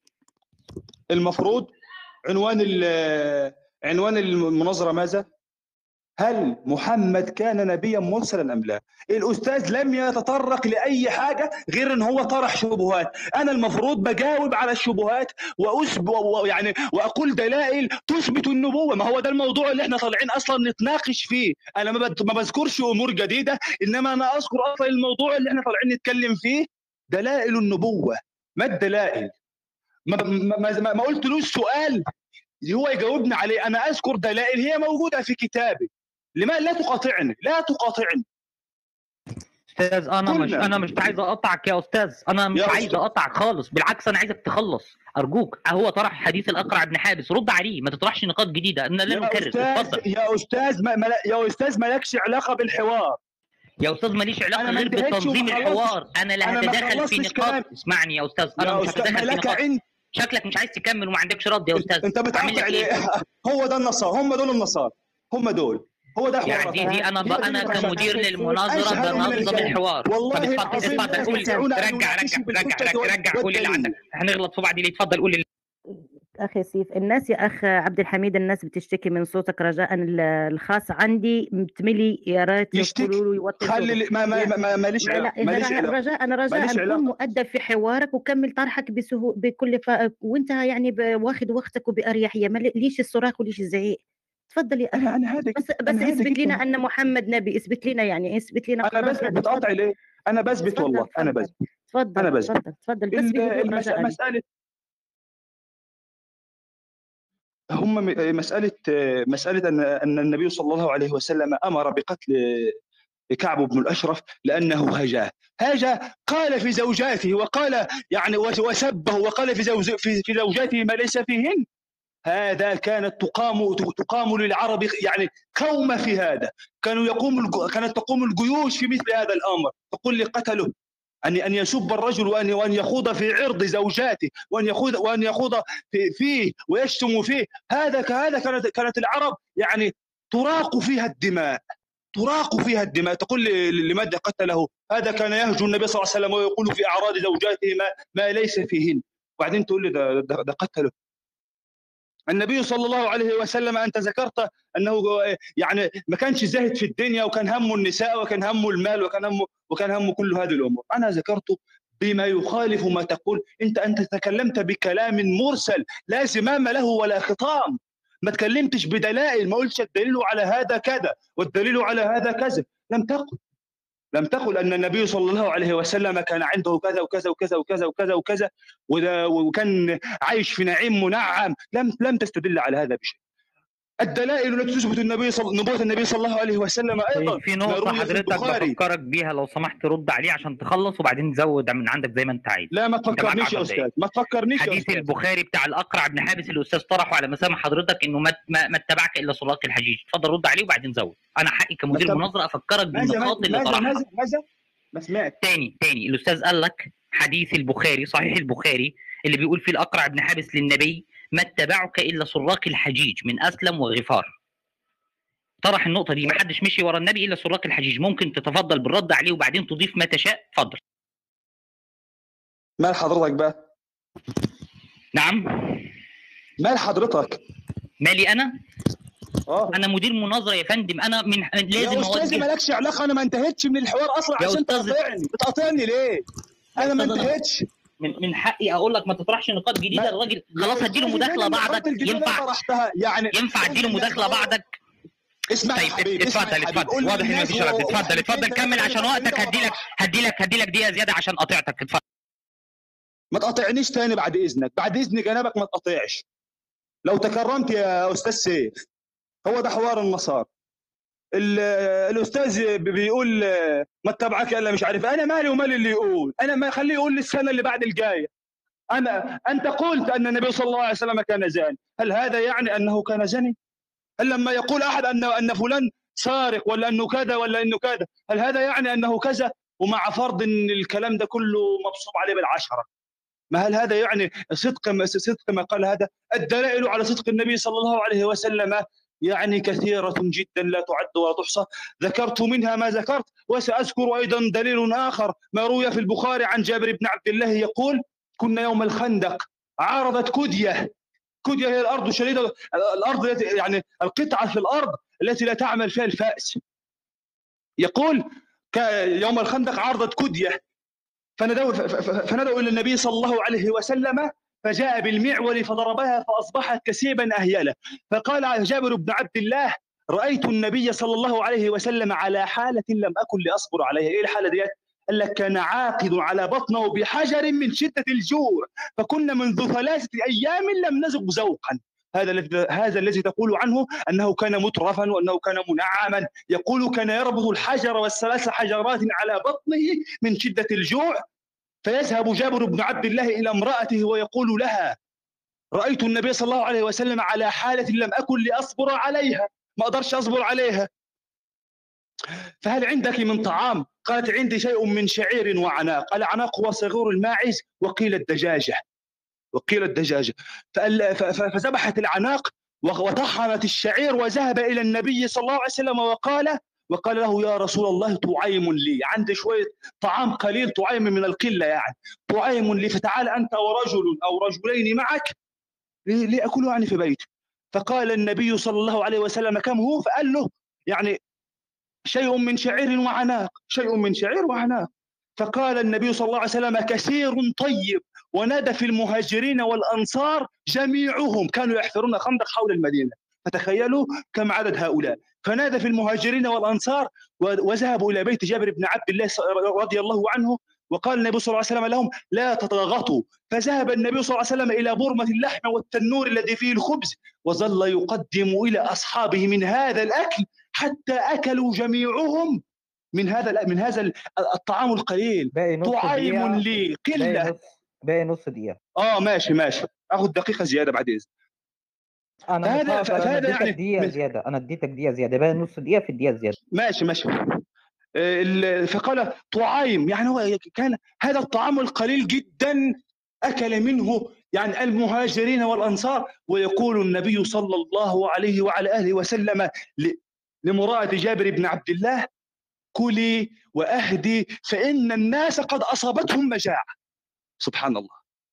المفروض عنوان المناظره ماذا؟ هل محمد كان نبيا مرسلا ام لا؟ الاستاذ لم يتطرق لاي حاجه غير ان هو طرح شبهات. انا المفروض بجاوب على الشبهات واقول دلائل تثبت النبوه. ما هو ده الموضوع اللي احنا طالعين اصلا نتناقش فيه. انا ما بذكرش امور جديده، انما انا اذكر اصلا الموضوع اللي احنا طالعين نتكلم فيه، دلائل النبوه. ما الدلائل؟ ما قلتلوش سؤال هو يجاوبني عليه. انا اذكر دلائل هي موجوده في كتابي. لماذا لا تقاطعني؟ استاذ انا مش عايز اقطعك يا استاذ، انا مش عايز اقطعك خالص، بالعكس انا عايزك تخلص ارجوك. هو طرح حديث الاقرع بن حابس، رد عليه، ما تطرحش نقاط جديده، انا لا نكرر. اتفضل يا استاذ مالكش علاقه بالحوار. يا استاذ ماليش علاقه غير بتنظيم الحوار. انا لا هتدخل في نقاط. اسمعني يا استاذ، انا مش هتدخل في نقاط. شكلك مش عايز تكمل وما عندكش رد يا استاذ. انت بتعمل ايه؟ هو ده النصارى، هم دول النصارى، هم دول. هو ده يعني دي انا كمدير للمناظره بنظم الحوار. والله اتفضل قول. رجع قول اللي عندك. هنغلط في بعض ليه؟ اتفضل قول. اخي سيف، الناس يا اخ عبد الحميد، الناس بتشتكي من صوتك. رجاء الخاص عندي متملي، يا ريت يقولوا له يوطي صوته. خلي ماليش رجاء كن مؤدب في حوارك وكمل طرحك بكل وانت يعني واخد وقتك وباريحيه. ليش الصراخ وليش الزعيق؟ تفضل يا اخي. بس اثبت لنا ان محمد نبي، اثبت لنا انا بس بتقاطع ليه؟ انا بثبت والله، انا بثبت. تفضل انا بثبت. تفضل بس بهدوء رجاء. مسألة أن النبي صلى الله عليه وسلم أمر بقتل كعب بن الأشرف لأنه هاجا قال في زوجاته، وقال يعني وسبه، وقال في زوجاته ما ليس فيهن. هذا كانت تقام للعرب يعني قوم في هذا، كانت تقوم الجيوش في مثل هذا الأمر، تقول لي قتله أن يسب الرجل وأن يخوض في عرض زوجاته وأن يخوض فيه ويشتم فيه. هذا كانت العرب يعني تراق فيها الدماء. تقول لي لماذا قتله؟ هذا كان يهجو النبي صلى الله عليه وسلم ويقول في أعراض زوجاته ما ليس فيهن، وبعدين تقول لي ده قتله. النبي صلى الله عليه وسلم أنت ذكرت أنه يعني ما كانش زاهد في الدنيا، وكان همه النساء، وكان همه المال، وكان همه كل هذه الأمور. أنا ذكرت بما يخالف ما تقول أنت تكلمت بكلام مرسل لا زمام له ولا خطام، ما تكلمتش بدلائل، ما قلتش الدليل على هذا كذا والدليل على هذا كذا. لم تقل أن النبي صلى الله عليه وسلم كان عنده كذا وكذا وكذا وكذا وكذا وكذا وكان عايش في نعيم منعم. لم تستدل على هذا بشيء. الدلائل التي تثبت نبوة النبي صلى الله عليه وسلم أيضا في نقطة حضرتك بفكرك بيها، لو سمحت رد عليه عشان تخلص وبعدين زود من عندك زي ما أنت عايز. لا ما تفكرنيش يا أستاذ، ما تفكرنيش. حديث البخاري بتاع الأقرع بن حابس الأستاذ طرحه على مسامع حضرتك إنه ما اتبعك إلا سراق الحجيج. اتفضل رد عليه وبعدين زود. أنا حقي كمدير مناظرة أفكرك بالنقاط اللي طرحها. ماذا؟ ما سمعت. تاني الأستاذ قال لك حديث البخاري، صحيح البخاري، اللي بيقول فيه الأقرع بن حابس للنبي ما اتبعك إلا سراق الحجيج من أسلم وغفار. طرح النقطة دي، ما حدش مشي ورا النبي إلا سراق الحجيج. ممكن تتفضل بالرد عليه وبعدين تضيف ما تشاء. اتفضل. مال حضرتك بقى؟ نعم. مال حضرتك؟ مالي أنا؟ أنا مدير مناظرة يا فندم. أنا لازم يا أستاذي مالكش علاقة. أنا ما انتهيتش من الحوار أصلا عشان بتقاطعني ليه؟ أنا ما انتهيتش. من حقي اقول لك ما تطرحش نقاط جديده. الراجل خلاص هديله مداخله بعدك. ينفع اديله مداخله بعدك؟ اسمع طيب يا حبيبي. اتفضل. واضح ان مفيش رد. اتفضل كمل عشان وقتك. هديلك دقيقه زياده عشان قاطعتك. اتفضل. ما تقاطعنيش تاني بعد اذنك. بعد اذن جنابك ما تقاطعش لو تكرمت يا استاذ سيف. هو ده حوار النصارى. الاستاذ بيقول ما اتبعك الا مش عارف. انا مالي ومال اللي يقول. انا ما خليه يقول لي السنه اللي بعد الجايه. انت قلت ان النبي صلى الله عليه وسلم كان زاني. هل هذا يعني انه كان زاني؟ هل لما يقول احد ان فلان سارق ولا انه كذا ولا انه كذا، هل هذا يعني انه كذا؟ ومع فرض ان الكلام ده كله مبصوم عليه بالعشره، ما هل هذا يعني صدق ما قال هذا؟ الدلائل على صدق النبي صلى الله عليه وسلم يعني كثيرة جدا لا تعد ولا تحصى. ذكرت منها ما ذكرت، وسأذكر أيضا دليل آخر ما روي في البخاري عن جابر بن عبد الله يقول: كنا يوم الخندق عارضت كدية هي الأرض شديدة، الأرض يعني القطعة في الأرض التي لا تعمل فيها الفأس. يقول يوم الخندق عارضت كدية فندعوا إلى النبي صلى الله عليه وسلم فجاء بالمعول فضربها فأصبحت كسيبا أهيلة. فقال جابر بن عبد الله: رأيت النبي صلى الله عليه وسلم على حالة لم أكن لأصبر عليها. إيه الحالة ديت؟ قال لك: كان عاقد على بطنه بحجر من شدة الجوع، فكنا منذ 3 أيام لم نذق ذوقا. هذا الذي تقول عنه أنه كان مترفا وأنه كان منعما. يقول: كان يربط الحجر وال3 حجرات على بطنه من شدة الجوع، فيذهب جابر بن عبد الله إلى امرأته ويقول لها: رأيت النبي صلى الله عليه وسلم على حالة لم أكن لأصبر عليها، ما أقدرش أصبر عليها. فهل عندك من طعام؟ قالت: عندي شيء من شعير وعناق. العناق هو صغور الماعز وقيل الدجاجة. فذبحت العناق وطحنت الشعير وذهب إلى النبي صلى الله عليه وسلم وقال له: يا رسول الله، طعيم لي، عندي شوية طعام قليل، طعيم من القلة يعني، طعيم لي، فتعال أنت ورجل أو رجلين معك لأكلوا يعني في بيتي. فقال النبي صلى الله عليه وسلم: كم هو؟ فقال له: يعني شيء من شعير وعناق. فقال النبي صلى الله عليه وسلم: كثير طيب. ونادى في المهاجرين والأنصار جميعهم، كانوا يحفرون خندق حول المدينة، فتخيلوا كم عدد هؤلاء. فنادى في المهاجرين والأنصار وذهبوا إلى بيت جابر بن عبد الله رضي الله عنه، وقال النبي صلى الله عليه وسلم لهم لا تتضاغطوا. فذهب النبي صلى الله عليه وسلم إلى برمة اللحم والتنور الذي فيه الخبز، وظل يقدم إلى أصحابه من هذا الأكل حتى أكلوا جميعهم من هذا الطعام القليل. طعيم لي قلة. باقي نص دقيقة. ماشي اخذ دقيقة زيادة بعد إذن. انا اديتك يعني دقيقة زيادة، انا اديتك دقيقة زيادة، باقي نص دقيقة في الدقيقة الزيادة. ماشي. فقال طعيم، يعني هو كان هذا الطعام القليل جدا أكل منه يعني المهاجرين والأنصار. ويقول النبي صلى الله عليه وعلى آله وسلم لمرأة جابر بن عبد الله كلي وأهدي فإن الناس قد أصابتهم مجاعة. سبحان الله.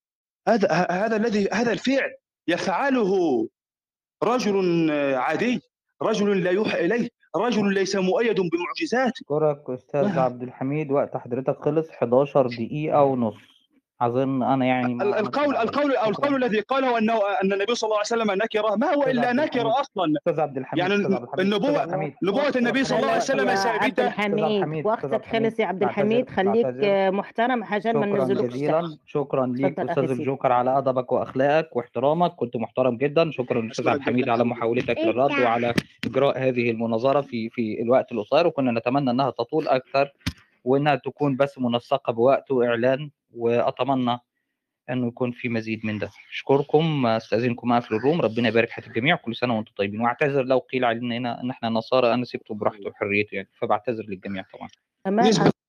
هذا الفعل يفعله رجل عادي، رجل لا يوحى إليه، رجل ليس مؤيد بمعجزات. أشكرك أستاذ عبد الحميد، وقت حضرتك خلص 11 دقيقة ونص. أظن أنا يعني القول الذي قاله أن النبي صلى الله عليه وسلم نكرة ما هو إلا نكرة أصلا. أستاذ عبد الحميد، يعني نبوة النبي صلى الله عليه وسلم ثابتة. عبد الحميد وقتك خلص يا عبد الحميد، خليك محترم عشان ما ننزلوش. شكرا ليك أستاذ الجوكر على أدبك وأخلاقك واحترامك، كنت محترم جدا. شكرا أستاذ عبد الحميد على محاولتك للرد وعلى إجراء هذه المناظرة في الوقت القصير، وكنا نتمنى أنها تطول أكثر وأنها تكون بس منسقة بوقت وإعلان، وأتمنى انه يكون في مزيد من ده. اشكركم، استاذنكم اقفل الروم. ربنا يبارك حياة الجميع، كل سنه وانتم طيبين. واعتذر لو قيل علينا هنا ان احنا نصارى، انا سبته براحته وحريته يعني، فبعتذر للجميع طبعا.